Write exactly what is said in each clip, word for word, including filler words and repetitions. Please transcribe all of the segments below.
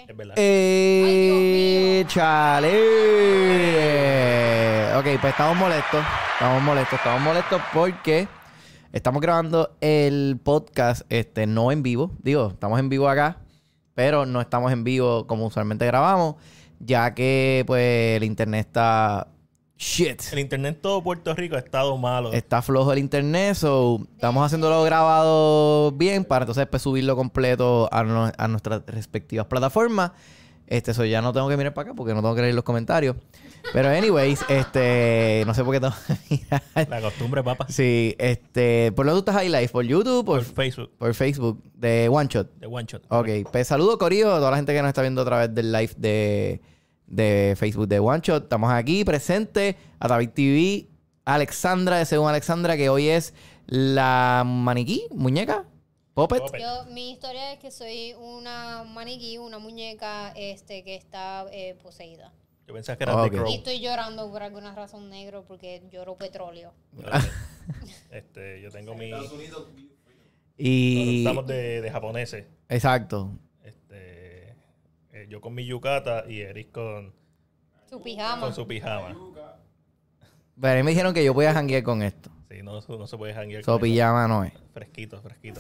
Es verdad. Eh, chale. Ok, pues estamos molestos. Estamos molestos. Estamos molestos porque estamos grabando el podcast este, no en vivo. Digo, estamos en vivo acá, pero no estamos en vivo como usualmente grabamos, ya que pues el internet está shit. El internet en todo Puerto Rico ha estado malo. Está flojo el internet, so estamos haciéndolo grabado bien para entonces pues, subirlo completo a, no- a nuestras respectivas plataformas. Este, eso ya no tengo que mirar para acá porque no tengo que leer los comentarios. Pero anyways, este, no sé por qué tengo que mirar. La costumbre, papá. Sí, este, ¿por dónde tú estás ahí live? ¿Por YouTube? Por ¿Por, Facebook. por Facebook? De One Shot. De One Shot. Ok, pues saludo Corillo a toda la gente que nos está viendo a través del live de, de Facebook de One Shot. Estamos aquí presentes a David T V, Alexandra de Según Alexandra, que hoy es la maniquí, muñeca, puppet. Puppet. Yo, mi historia es que soy una maniquí, una muñeca este, que está eh, poseída. Yo pensaba que era Ok. de Crow. Y estoy llorando por alguna razón negro porque lloro petróleo. Este, yo tengo mi... Y... Estamos de, de japoneses. Exacto. Este, eh, yo con mi yukata y Eric con, Su pijama. con su pijama. Pero a mí me dijeron que yo podía janguear con esto. Sí, no, no se puede janguear So, con eso. pijama no es. Fresquito, fresquito.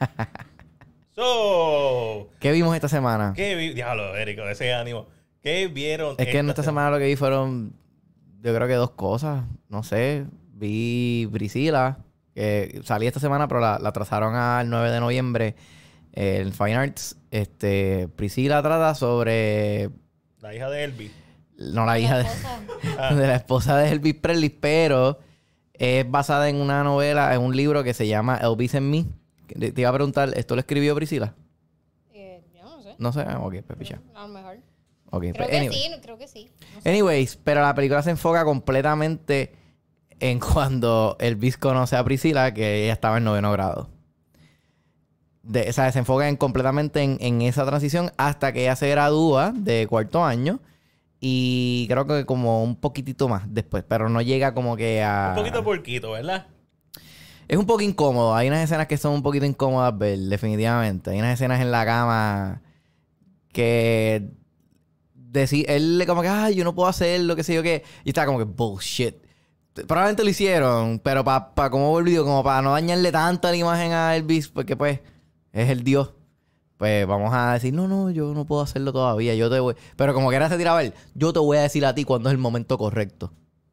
So, ¿Qué vimos esta semana? ¿qué vi? Diablo, Eric, con ese ánimo. ¿Qué vieron? Es que en esta semana lo que vi fueron, yo creo que dos cosas. No sé, vi Priscila, que salí esta semana, pero la, la trazaron al nueve de noviembre eh, en Fine Arts. Este, Priscila trata sobre, La hija de Elvis. no la hija de, Ah. de la esposa de Elvis Presley, pero es basada en una novela, en un libro que se llama Elvis and Me. Te te iba a preguntar, ¿esto lo escribió Priscila? Eh, yo no sé. No sé, ok, pues picha. A lo mejor. Ok, Creo pues, que anyway. sí, creo que sí. No sé. Anyways, pero la película se enfoca completamente en cuando Elvis conoce a Priscila, que ella estaba en noveno grado. De, o sea, se enfoca en, completamente en, en esa transición hasta que ella se gradúa de cuarto año. Y creo que como un poquitito más después, pero no llega como que a... Un poquito porquito, ¿verdad? Es un poco incómodo. Hay unas escenas que son un poquito incómodas ver, definitivamente. Hay unas escenas en la cama que... Decir, él le como que, ay, yo no puedo hacer lo que sé yo qué. Y está como que, bullshit. Probablemente lo hicieron, pero para pa, como volvió, como para no dañarle tanto la imagen a Elvis, porque pues es el dios. Pues vamos a decir, no, no, yo no puedo hacerlo todavía. Yo te voy... Pero como que era se tiraba él, yo te voy a decir a ti cuando es el momento correcto.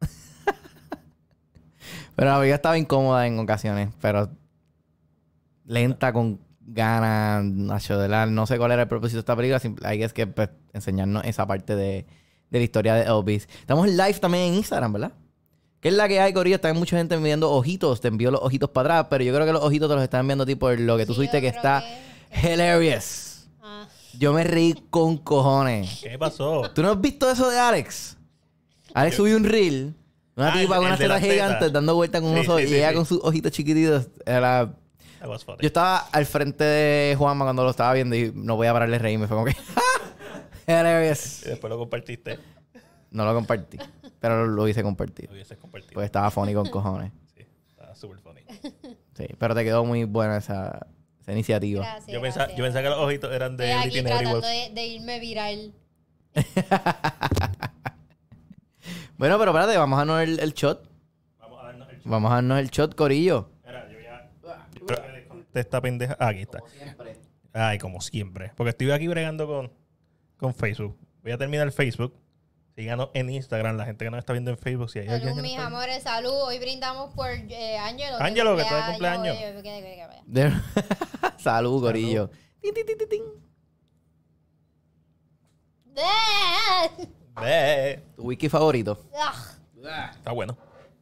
Pero la película estaba incómoda en ocasiones, pero lenta, con ganas, Nacho de la... No sé cuál era el propósito de esta película. simple- Hay que es que pues, enseñarnos esa parte de, de la historia de Elvis. Estamos en live también en Instagram, ¿verdad? Que es la que hay, Corillo. Está mucha gente enviando ojitos. Te envió los ojitos para atrás, pero yo creo que los ojitos te los están enviando a ti por lo que tú Sí, subiste yo que creo está que- hilarious. Ah, Yo me reí con cojones. ¿Qué pasó? ¿Tú no has visto eso de Alex? Alex subió un reel. Una Ah, tipa el- con el unas de las tetas gigantes tetas. dando vueltas con Sí, unos ojos sí, y sí, ella sí. con sus ojitos chiquititos. Era... That was funny. Yo estaba al frente de Juanma cuando lo estaba viendo y no voy a pararle de reírme. Fue como que... hilarious. Y después lo compartiste. No lo compartí, pero lo, lo hice compartir. Lo hubieses compartido. Pues estaba funny con cojones. Sí, estaba súper funny. Sí, pero te quedó muy buena esa, esa iniciativa. gracias. Yo pensaba, gracias. yo pensaba que los ojitos eran de Estoy aquí Little Neri tratando Wolf. de, de irme viral. Bueno, pero espérate, vamos a darnos el, el shot. Vamos a darnos el Vamos a darnos el shot, corillo. Mira, yo ya... yo creo que de esta pendeja... Ah, aquí está. Ay, como siempre. Porque estoy aquí bregando con, con Facebook. Voy a terminar Facebook. Síganos en Instagram. La gente que nos está viendo en Facebook. Si hay alguien Salud, que mis nos está- amores, salud. Hoy brindamos por eh, Ángelo. Ángelo, que está de cumpleaños. Oye, oye, oye, oye, oye. De- Salud, corillo. Tin, tin, tin, tin, tin. ¡Eh! Ve. Tu whisky favorito. Ah, Está bueno.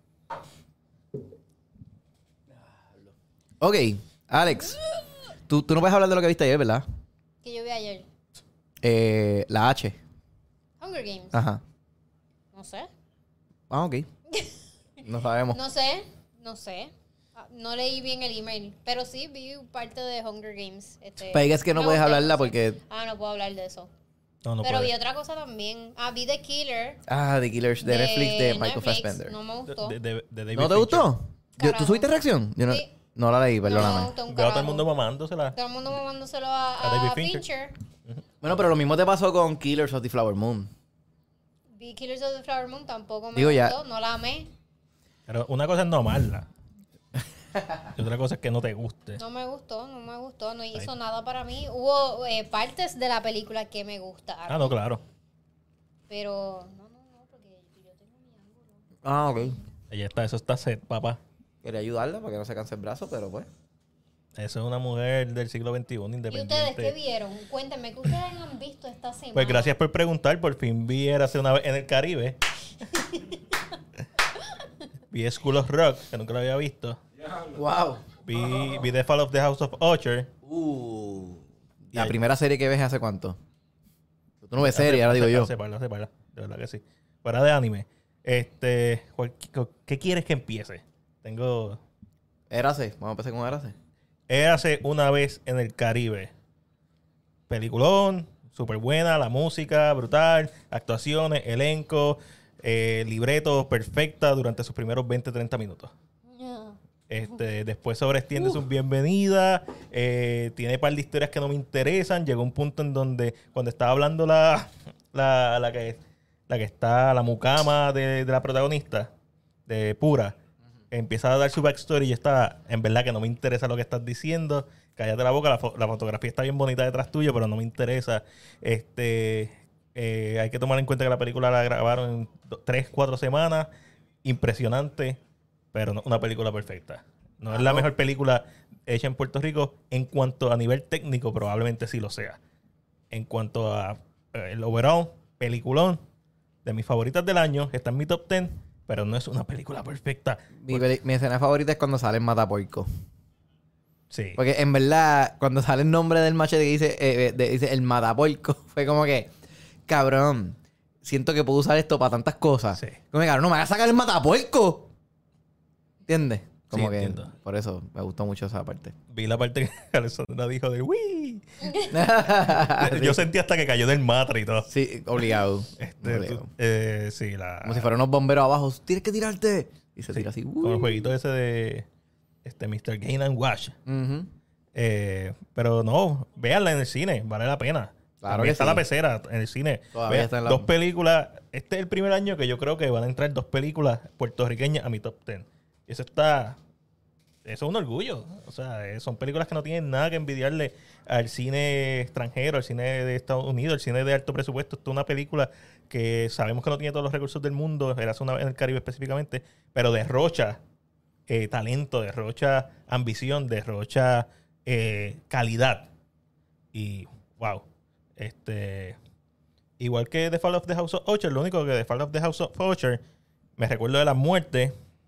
Ok, Alex. Tú, tú no puedes hablar de lo que viste ayer, ¿verdad? que yo vi ayer. Eh, la H. Hunger Games. Ajá. No sé. Ah, ok. No sabemos. No sé. No sé. Ah, No leí bien el email. Pero sí vi parte de Hunger Games. Este, Pero es que no me puedes gustó, hablarla no sé. porque... Ah, no puedo hablar de eso. No, no Pero puede. vi otra cosa también. Ah, vi The Killer. Ah, The Killers de, Netflix de Michael Netflix. Fassbender. No me gustó. De, de, de David ¿No te Fincher. gustó? Yo- ¿Tú Carajo. subiste reacción? Yo no, Sí. no la leí, No me perdóname. gustó un Veo a todo el carajo. mundo mamándosela. Todo el mundo mamándoselo a, A David a Fincher. Fincher. Bueno, pero lo mismo te pasó con Killers of the Flower Moon. Vi Killers of the Flower Moon, tampoco me Digo, ya- gustó, no la amé. Pero una cosa es no amarla. Y otra cosa es que no te guste. No me gustó, no me gustó, no hizo nada para mí. Hubo eh, partes de la película que me gustaron. Ah, no, claro. Pero, no, no, no, porque yo tengo mi ángulo. Ah, ok. Ahí está, eso está set, papá. Quería ayudarla para que no se canse el brazo, pero pues. Eso es una mujer del siglo veintiuno ¿Y independiente. ustedes qué vieron? Cuéntenme, ¿qué ustedes han visto esta semana? Pues gracias por preguntar. Por fin vi Érase una vez en el Caribe. Vi School of Rock, que nunca lo había visto. Wow. Vi, vi The Fall of the House of Usher. Uh. La ahí- primera serie que ves hace cuánto? Tú no ves Hace- serie, ahora digo hace- yo. Hace parla, hace parla. De verdad que sí. Fuera de anime. Este, cual- ¿qué quieres que empiece? Tengo... Érase. Vamos a empezar con Érase. Érase una vez en el Caribe. Peliculón, súper buena, la música, brutal, actuaciones, elenco, eh, libreto perfecta durante sus primeros veinte a treinta minutos. No. Este, después sobreextiende su bienvenida, eh, tiene un par de historias que no me interesan. Llegó un punto en donde cuando estaba hablando la, la, la, que, la que está, la mucama de, de la protagonista, de Pura, empieza a dar su backstory y yo estaba, en verdad que no me interesa lo que estás diciendo, cállate la boca, la, fo- la fotografía está bien bonita detrás tuyo, pero no me interesa. Este, eh, hay que tomar en cuenta que la película la grabaron en do- tres, cuatro semanas, impresionante, pero no una película perfecta. No es la Claro. mejor película hecha en Puerto Rico en cuanto a nivel técnico, probablemente sí lo sea. En cuanto a eh, el overall, peliculón, de mis favoritas del año, está en mi top diez, pero no es una película perfecta. Mi, peli- mi escena favorita es cuando sale el Mataporco. Sí. Porque en verdad, cuando sale el nombre del machete que dice, eh, de- dice el Mataporco, fue como que, cabrón, siento que puedo usar esto para tantas cosas. Sí. Como que, cabrón, no me hagas sacar el Mataporco. ¿Entiendes? Como Sí, que, entiendo. por eso me gustó mucho esa parte. Vi la parte que Alessandra dijo de ¡Wii! Yo sentí hasta que cayó del matre y todo. Sí, obligado. Este, Obligado. tú- eh, sí, la... Como si fueran unos bomberos abajo. Tienes que tirarte. Y se sí, tira así. con el jueguito ese de este mister Gain and Wash. Ujú. Eh, pero no, véanla en el cine, vale la pena. Claro También que está sí. La Pecera en el cine. Todavía Vean, está en la- Dos películas. Este es el primer año que yo creo que van a entrar dos películas puertorriqueñas a mi top diez. Y eso está... Eso es un orgullo. O sea, eh, son películas que no tienen nada que envidiarle al cine extranjero, al cine de Estados Unidos, al cine de alto presupuesto. Esto es una película que sabemos que no tiene todos los recursos del mundo, era una vez en el Caribe específicamente, pero derrocha eh, talento, derrocha ambición, derrocha eh, calidad. Y, wow. Este, igual que The Fall of the House of Usher, lo único que The Fall of the House of Usher, me recuerdo de la muerte.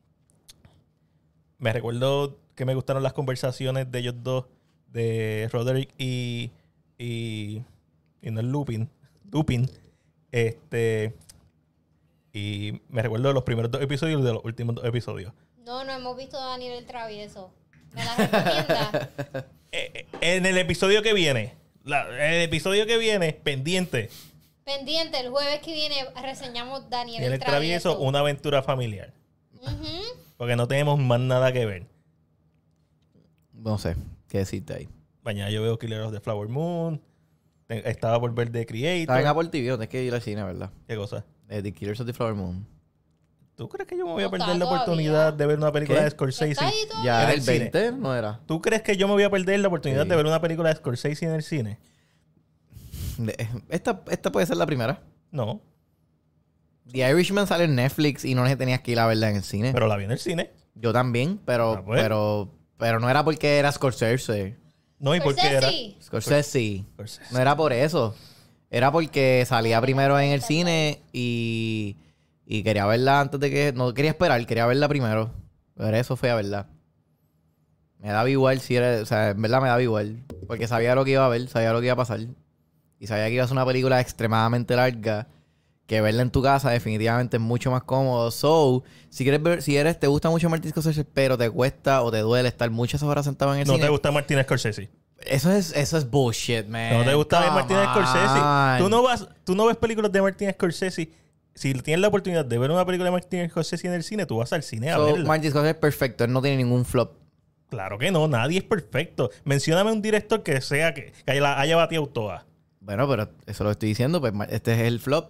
Me recuerdo que me gustaron las conversaciones de ellos dos, de Roderick y, y, y no es Lupin, Lupin. Este, y me recuerdo de los primeros dos episodios y de los últimos dos episodios. No, no hemos visto a Daniel el Travieso. ¿Me la recomienda? Eh, eh, en el episodio que viene, la- el episodio que viene, pendiente, Pendiente, el jueves que viene reseñamos Daniel en el el Travieso, Travieso. una aventura familiar. Ujú. Porque no tenemos más nada que ver. No sé qué decirte ahí. Mañana yo veo Killer of the Flower Moon. Te- Estaba por ver The Está Creator. en Apple T V, no tienes que ir al cine, ¿verdad? ¿Qué cosa? Eh, The Killers of the Flower Moon. ¿Tú crees que yo me voy a No perder está la oportunidad todavía. de ver una película ¿Qué? de Scorsese? ¿Está ahí todavía? Ya En el el cine. veinte, ¿no era? ¿Tú crees que yo me voy a perder la oportunidad Sí. de ver una película de Scorsese en el cine? De- Esta, esta puede ser la primera. No, The Irishman sale en Netflix y no tenías que ir a verla en el cine. pero la vi en el cine. Yo también, pero, Ah, pues. pero, pero no era porque era Scorsese. No, ¿y por qué era? Scorsese. Scorsese. Scorsese. No era por eso. Era porque salía primero en el cine y, y quería verla antes de que... No quería esperar, quería verla primero. Pero eso fue a verla. Me daba igual si era... O sea, en verdad me daba igual. Porque sabía lo que iba a ver, sabía lo que iba a pasar. Y sabía que iba a ser una película extremadamente larga. Que verla en tu casa definitivamente es mucho más cómodo. So, si quieres ver... Si eres... Te gusta mucho Martin Scorsese, pero te cuesta o te duele estar muchas horas sentado en el ¿No cine... te gusta Martin Scorsese? Eso es, eso es bullshit, man. ¿No te gusta ver Come Martin Scorsese? on. ¿Tú no, vas, tú no ves películas de Martin Scorsese. Si tienes la oportunidad de ver una película de Martin Scorsese en el cine, tú vas al cine a So, verla. Martin Scorsese es perfecto. Él no tiene ningún flop. Claro que no, nadie es perfecto. Mencióname un director que sea que, que haya, haya bateado todas. Bueno, pero eso lo estoy diciendo, pues este es el flop.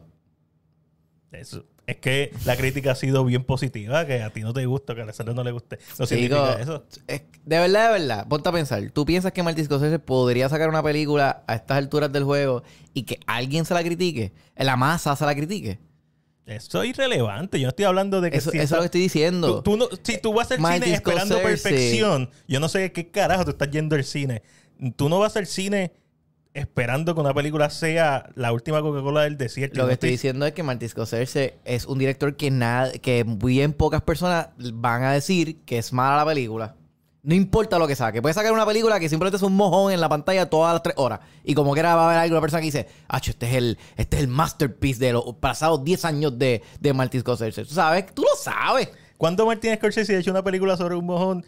Eso. Es que la crítica ha sido bien positiva, que a ti no te gusta, que a Alessandro no le guste. No significa eso. Es, de verdad, de verdad, ponte a pensar. ¿Tú piensas que Martin Scorsese podría sacar una película a estas alturas del juego y que alguien se la critique? La masa se la critique. Eso es irrelevante. Yo no estoy hablando de que... Eso, si eso está, es lo que estoy diciendo. Tú, tú no, si tú vas al Martin cine esperando Scorsese. perfección, yo no sé qué carajo tú estás yendo al cine. Tú no vas al cine esperando que una película sea la última Coca-Cola del desierto. Lo no que estoy diciendo es que Martin Scorsese es un director que nada, que bien pocas personas van a decir que es mala la película. No importa lo que saque. Puede sacar una película que simplemente es un mojón en la pantalla todas las tres horas. Y como quiera va a haber alguna persona que dice, acho, este es el, este es el masterpiece de los pasados diez años de, de Martin Scorsese. ¿Tú sabes? Tú lo sabes. ¿Cuándo Martin Scorsese ha hecho una película sobre un mojón?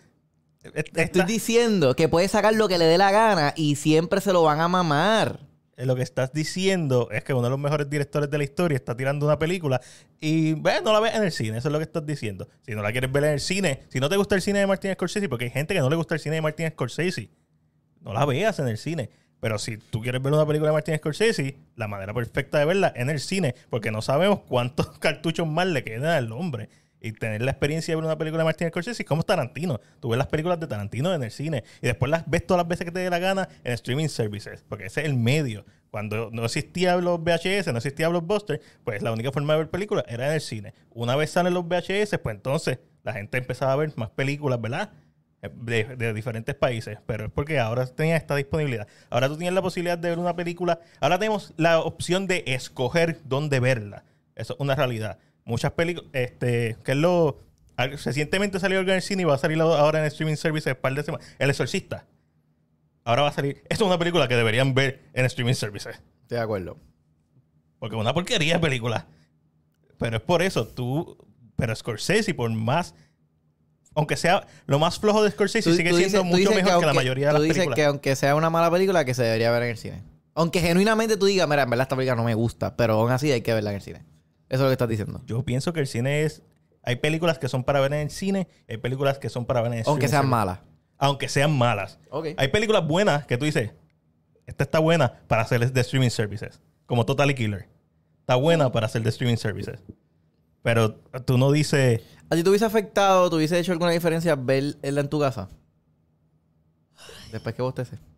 Te estoy diciendo que puede sacar lo que le dé la gana y siempre se lo van a mamar. Lo que estás diciendo es que uno de los mejores directores de la historia está tirando una película y bueno, no la ves en el cine. Eso es lo que estás diciendo. Si no la quieres ver en el cine, si no te gusta el cine de Martin Scorsese, porque hay gente que no le gusta el cine de Martin Scorsese, no la veas en el cine. Pero si tú quieres ver una película de Martin Scorsese, la manera perfecta de verla en el cine, porque no sabemos cuántos cartuchos más le quedan al hombre. Y tener la experiencia de ver una película de Martin Scorsese como Tarantino. Tú ves las películas de Tarantino en el cine y después las ves todas las veces que te dé la gana en streaming services, porque ese es el medio. Cuando no existían los V H S, no existía Blockbuster, pues la única forma de ver películas era en el cine. Una vez salen los V H S, pues entonces la gente empezaba a ver más películas, ¿verdad? De, de diferentes países, pero es porque ahora tenía esta disponibilidad. Ahora tú tienes la posibilidad de ver una película. Ahora tenemos la opción de escoger dónde verla. Eso es una realidad. Muchas películas, este, que es lo... Recientemente salió algo en el cine y va a salir ahora en streaming services un par de semanas. El Exorcista. Ahora va a salir... Esto es una película que deberían ver en streaming services. Estoy de acuerdo. Porque es una porquería de película. Pero es por eso. Tú... Pero Scorsese, por más... Aunque sea lo más flojo de Scorsese, Tú- sigue tú siendo dices- tú mucho dices mejor que, aunque- la mayoría de tú las dices películas. que aunque sea una mala película, que se debería ver en el cine. Aunque genuinamente tú digas, mira, en verdad esta película no me gusta, pero aún así hay que verla en el cine. Eso es lo que estás diciendo. Yo pienso que el cine es... Hay películas que son para ver en el cine, hay películas que son para ver en el Aunque streaming sean service. malas. Aunque sean malas. Ok. Hay películas buenas que tú dices, esta está buena para hacer de streaming services. Como Totally Killer. Está buena para hacer de streaming services. Pero tú no dices... ¿A ti te hubiese afectado, te hubiese hecho alguna diferencia verla en tu casa? Después que vos te sé.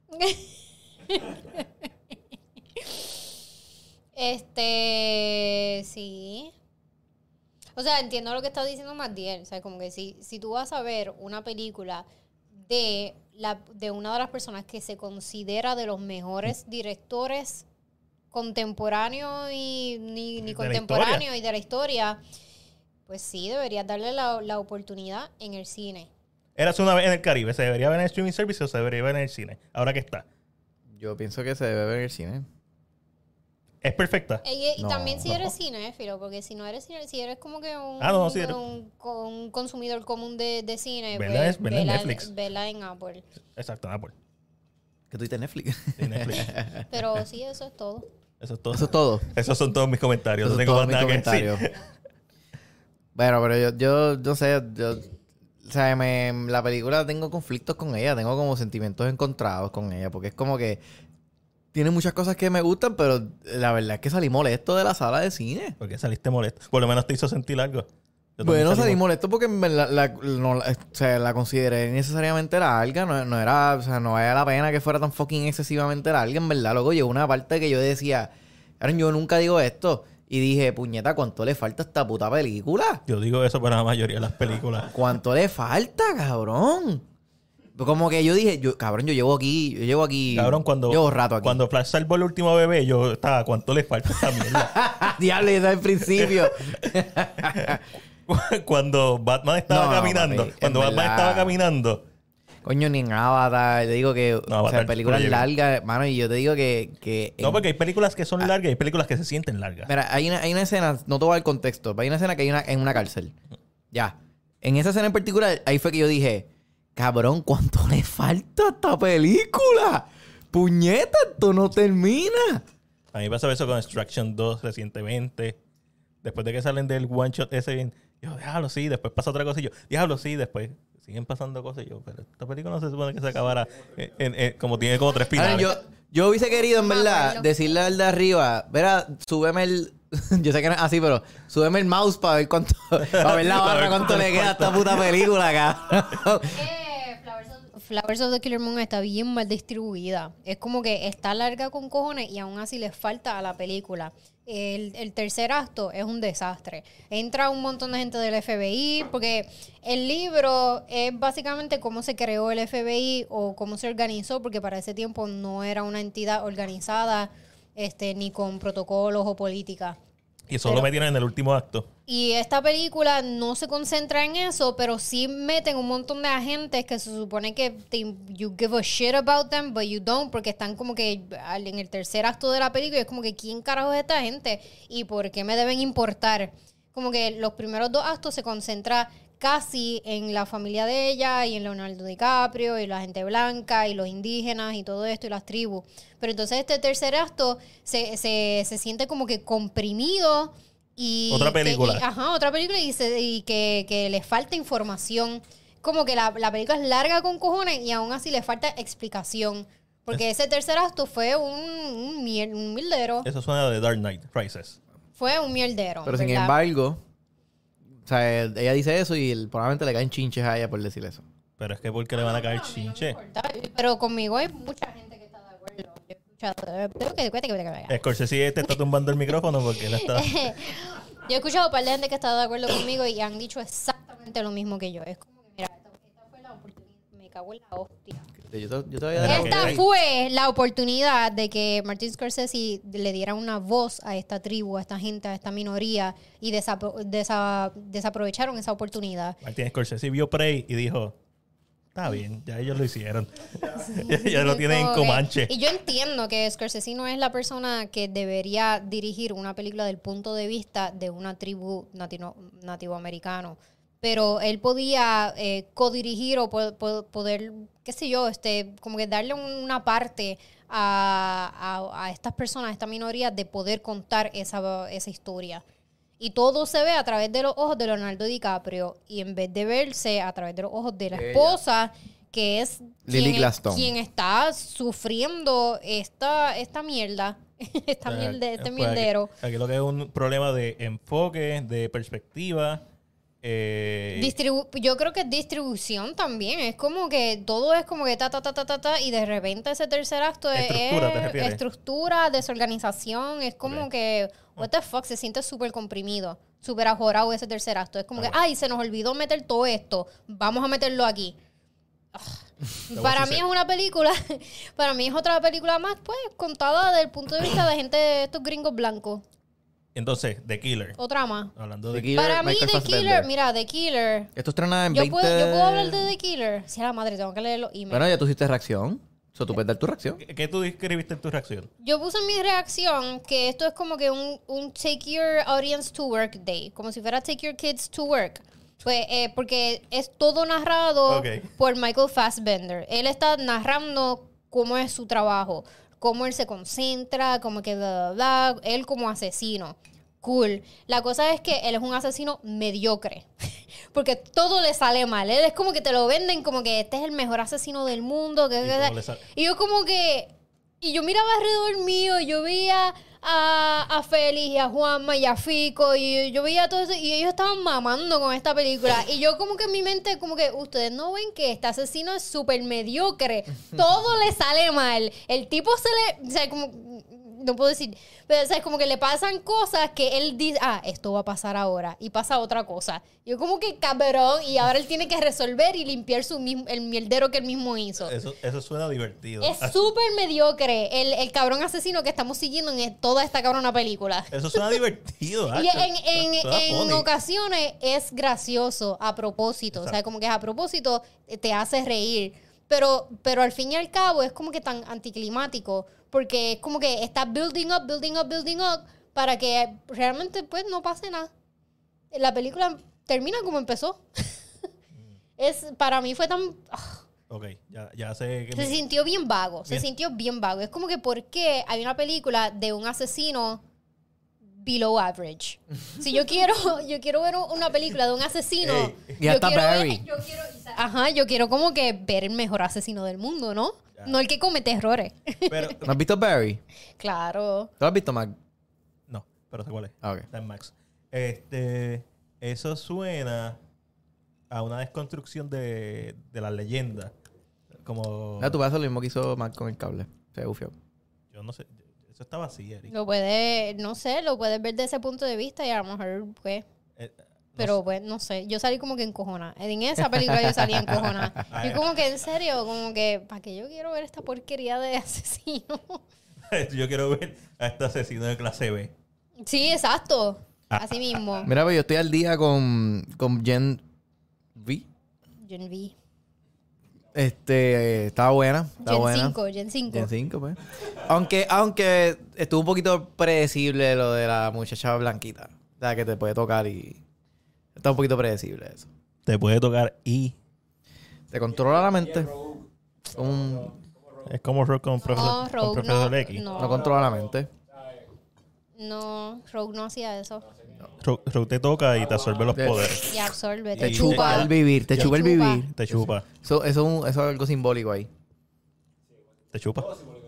Este, sí. O sea, entiendo lo que está diciendo Matiel. O sea, como que si, si tú vas a ver una película de, la, de una de las personas que se considera de los mejores directores contemporáneos y ni, ni De la contemporáneos historia. y de la historia, pues sí, deberías darle la, la oportunidad en el cine. Eras una vez en el Caribe. ¿Se debería ver en el streaming service o se debería ver en el cine? Ahora que está. Yo pienso que se debe ver en el cine. ¿Es perfecta? Y, y No, también si no. eres cinéfilo, porque si no eres cine, si eres como que un, Ah, no, sí eres. un, un consumidor común de, de cine, Vela pues, es- vela en vela- Netflix. vela en Apple. Exacto, en Apple. ¿Que tú en Netflix? Sí, Netflix. Pero sí, eso es todo. Eso es todo. Eso es todo. Esos son todos mis comentarios. Eso no es tengo todo más mi nada que decir. comentario. Bueno, pero yo, yo, yo sé, yo, o sea, me, la película tengo conflictos con ella, tengo como sentimientos encontrados con ella, porque es como que tiene muchas cosas que me gustan, pero la verdad es que salí molesto de la sala de cine. Porque saliste molesto. Por lo menos te hizo sentir algo. Yo también Bueno, salí salí molesto porque en verdad la, no, la- o sea, la consideré necesariamente larga, no, no era, o sea, no valía la pena que fuera tan fucking excesivamente larga, en verdad, loco, llegó una parte que yo decía, Aaron, yo nunca digo esto, y dije, puñeta, ¿cuánto le falta a esta puta película? Yo digo eso para la mayoría de las películas. ¿Cuánto le falta, cabrón? Como que yo dije, yo, cabrón, yo llevo aquí, yo llevo aquí, Cabrón, cuando, llevo rato aquí. cuando Flash salvó el último bebé, yo estaba, ¿cuánto le falta a esta mierda? Diablo, eso es el principio. Cuando Batman estaba No, caminando, papi, en cuando Batman verdad. estaba caminando, Coño, ni en Avatar, te digo que, No, o sea, Avatar películas no llega. largas, mano, y yo te digo que... que no, en- porque hay películas que Ah. son largas y hay películas que se sienten largas. Mira, hay una, hay una escena, no te voy a dar el contexto, pero hay una escena que hay una, en una cárcel. Ya. En esa escena en particular, ahí fue que yo dije, cabrón, ¿cuánto le falta a esta película? Puñeta, esto no termina. A mí me pasó eso con Extraction dos recientemente. Después de que salen del one shot ese, yo, diablo, sí. Después pasa otra cosa y yo, diablo, sí. Después siguen pasando cosas. Y yo, pero esta película no se supone que se acabara en, en, en, como tiene como tres Ahora, finales. yo, yo hubiese querido, en Ah, verdad, bueno. decirle al de arriba, verá, súbeme el... yo sé que no es así, pero súbeme el mouse para ver cuánto... para ver la Para barra ver cuánto cuánto le le queda a esta puta película, cabrón. Eh, Flowers of, Flowers of the Killer Moon está bien mal distribuida. Es como que está larga con cojones y aún así le falta a la película. El, el tercer acto es un desastre. Entra un montón de gente del F B I porque el libro es básicamente cómo se creó el F B I o cómo se organizó, porque para ese tiempo no era una entidad organizada este, ni con protocolos o política. Y solo pero- metieron en el último acto. Y esta película no se concentra en eso, pero sí meten un montón de agentes que se supone que te, you give a shit about them, but you don't, porque están como que al- en el tercer acto de la película y es como que ¿quién carajo es esta gente? ¿Y por qué me deben importar? Como que los primeros dos actos se concentra casi en la familia de ella y en Leonardo DiCaprio y la gente blanca y los indígenas y todo esto y las tribus. Pero entonces este tercer acto se, se, se siente como que comprimido y... Otra película. que- y- ajá, otra película y, se, y que, que le falta información. Como que la, la película es larga con cojones y aún así le falta explicación. Porque ese tercer acto fue un, un, mier- un mierdero. Eso suena de Dark Knight Rises. Fue un mierdero. Pero sin ¿verdad? embargo, o sea, ella dice eso y él- probablemente le caen chinches a ella por decir eso. Pero es que ¿por qué le van a caer No, a mí no me chinche? importa. Pero conmigo hay mucha gente que está de acuerdo. Yo he escuchado... Tengo que- que- que- que- que- Scorsese te está tumbando el micrófono porque él está... Yo he escuchado a un par de gente que está de acuerdo conmigo y han dicho exactamente lo mismo que yo. Es como que, mira, esta, esta fue la oportunidad. Me cago en la hostia. Yo, to- yo todavía de la- Esta- Esta fue la oportunidad de que Martin Scorsese le diera una voz a esta tribu, a esta gente, a esta minoría y desapro- desa- desaprovecharon esa oportunidad. Martin Scorsese vio Prey y dijo, está bien, ya ellos lo hicieron. ya lo tienen en Como que- Comanche. Y yo entiendo que Scorsese no es la persona que debería dirigir una película del punto de vista de una tribu natino- nativoamericano. Pero él podía eh, codirigir o po- po- poder, qué sé yo, este, como que darle una parte a, a, a estas personas, a esta minoría, de poder contar esa, esa historia. Y todo se ve a través de los ojos de Leonardo DiCaprio. Y en vez de verse a través de los ojos de la Ella. esposa, que es Lily quien, Gladstone. quien está sufriendo esta, esta mierda, esta O sea, mierde- este pues, mierdero. Aquí, aquí lo que es un problema de enfoque, de perspectiva. Eh, Distribu- yo creo que es distribución también. Es como que todo es como que ta, ta, ta, ta, ta, ta, y de repente ese tercer acto es, Estructura, ¿te es refieres? estructura, desorganización. Es como Ok. que, what the fuck, se siente súper comprimido, súper ajorado ese tercer acto. Es como Ah, que, bueno. ay, se nos olvidó meter todo esto. Vamos a meterlo aquí. Lo Para voy a mí es hacer. una película, para mí es otra película más, pues, contada desde el punto de vista de gente de estos gringos blancos. Entonces, The Killer. Otra más. Hablando The de... Killer, Para mí, Michael The Fassbender. Killer, mira, The Killer. Esto estrena en Yo veinte... puedo, yo puedo hablar de The Killer. Si a la madre, tengo que leer los emails. Bueno, ya tú hiciste reacción. So, tú puedes dar tu reacción. ¿Qué, qué tú escribiste en tu reacción? Yo puse en mi reacción que esto es como que un, un Take Your Audience to Work Day. Como si fuera Take Your Kids to Work. Pues, eh, porque es todo narrado Ok. por Michael Fassbender. Él está narrando cómo es su trabajo, cómo él se concentra, como que bla, bla, bla. Él como asesino. Cool. La cosa es que él es un asesino mediocre. Porque todo le sale mal. Él es como que te lo venden como que este es el mejor asesino del mundo. Que, Y que- todo le sale- y yo como que... Y yo miraba alrededor mío, yo veía a, a Félix y a Juanma y a Fico y yo veía todo eso y ellos estaban mamando con esta película. Y yo como que en mi mente, como que ustedes no ven que este asesino es súper mediocre. Todo le sale mal. El tipo se le... O sea, como... No puedo decir, pero o sea, es como que le pasan cosas que él dice, ah, esto va a pasar ahora, y pasa otra cosa. Yo como que cabrón, y ahora él tiene que resolver y limpiar su mismo, el mierdero que él mismo hizo. Eso, eso suena divertido. Es súper mediocre el, el cabrón asesino que estamos siguiendo en toda esta cabrona película. Eso suena divertido. Y Hacho. en, en, Suena en funny. ocasiones es gracioso, a propósito. O sea, como que a propósito eh, te hace reír. Pero, pero al fin y al cabo es como que tan anticlimático. Porque es como que está building up, building up, building up. Para que realmente pues no pase nada. La película termina como empezó. es, para mí fue tan... ah, Ok, ya, ya sé que... se mi- sintió bien vago, se Bien. sintió bien vago. Es como que ¿por qué hay una película de un asesino below average. Si yo quiero, yo quiero ver una película de un asesino, Ey. Y yo hasta quiero ver- Barry. yo quiero, ajá, yo quiero como que ver el mejor asesino del mundo, ¿no? Ya. No el que comete errores. Pero, ¿No has visto Barry? Claro. ¿Tú lo has visto, Mac? no, pero sé cuál es. Ah, ok. Está en Max. Este, eso suena a una desconstrucción de, de las leyendas. Como... Ah, tú vas a hacer lo mismo que hizo Mac con el cable. Se bufió. Yo no sé. Eso está vacío, Eric. Lo puedes, no sé, lo puedes ver desde ese punto de vista y a lo mejor, pues... Eh, no Pero sé. pues, no sé, yo salí como que encojona. En esa película yo salí encojona. Yo como que, en serio, como que, ¿para qué yo quiero ver esta porquería de asesino? Yo quiero ver a este asesino de clase B. Sí, exacto. Ah. Así mismo. Mira, pues yo estoy al día con, con Gen V. Gen V. Este, eh, estaba buena. Estaba Gen buena. cinco, Gen cinco. Gen cinco, pues. Aunque, aunque estuvo un poquito predecible lo de la muchacha blanquita. O sea, que te puede tocar y... Está un poquito predecible eso. Te puede tocar y... Te controla la mente. Un, Es como Rogue con, profesor, No, con Rogue Profesor no, X. no. no controla la mente. No, Rogue no hacía eso. Rogue, Rogue te toca y te absorbe los De- poderes. Y absorbe, Te te chupa chupa. el vivir. Te Te chupa el chupa. vivir. Te chupa. Eso, eso, es un- eso es algo simbólico ahí. Te chupa.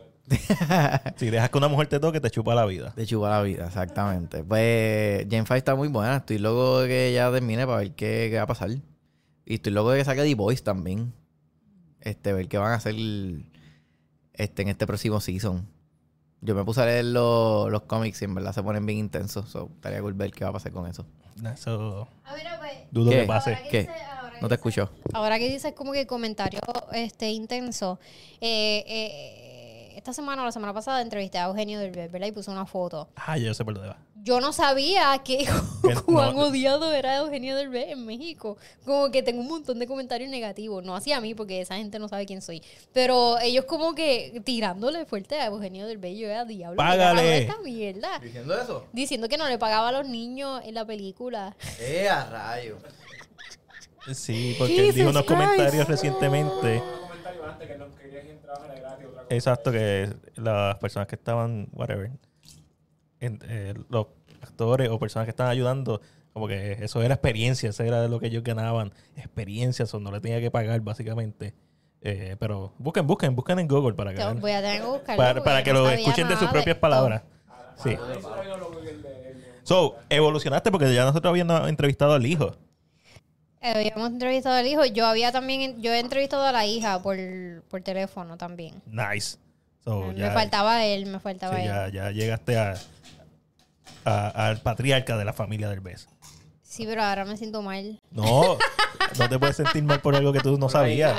Si dejas que una mujer te toque, te chupa la vida. De chupa la vida, exactamente. Pues Gen cinco está muy buena. Estoy loco de que ella termine para ver qué, qué va a pasar. Y estoy loco de que saque The Voice también. Este, ver qué van a hacer este, en este próximo season. Yo me puse a leer los, los cómics y en verdad se ponen bien intensos. So, estaría cool ver qué va a pasar con eso. Eso A ver, pues, dudo ¿Qué? que pase. ahora que ¿Qué? dice- ahora que No te dice- escucho. Ahora que dices como que comentario este intenso, eh, eh, esta semana o la semana pasada entrevisté a Eugenio Derbez, ¿verdad? Y puse una foto. Ah, yo sé por dónde va. Yo no sabía que Que cuán no- odiado era Eugenio Derbez en México. Como que tengo un montón de comentarios negativos. No hacia mí, porque esa gente no sabe quién soy. Pero ellos como que tirándole fuerte a Eugenio Derbez. Yo era diablo. ¿qué Págale. carajo es esta mierda? ¿Diciendo eso? Diciendo que no le pagaba a los niños en la película. ¡Eh, a rayo! Sí, porque él Jesus dijo unos Christ. comentarios recientemente. Un comentario antes que no querías que trabajara gratis, otra cosa. Exacto, que las personas que estaban, whatever, en- eh, los actores o personas que estaban ayudando, como que eso era experiencia, eso era de lo que ellos ganaban, experiencia, eso no le tenía que pagar básicamente. Eh, pero busquen, busquen, busquen en Google para que, Te- vean. Voy a tener que buscarlo. para, porque para yo que no lo sabía escuchen de sus nada propias esto. palabras. Sí. Eso era lo que el- el- So, evolucionaste porque ya nosotros habíamos entrevistado al hijo. Eh, Habíamos entrevistado al hijo. Yo había también, yo he entrevistado a la hija por, por teléfono también. Nice. So, me ya, faltaba él, me faltaba sí, él. ya, ya llegaste a, a- al patriarca de la familia del Derbez. Sí, pero ahora me siento mal. No, no te puedes sentir mal por algo que tú no sabías.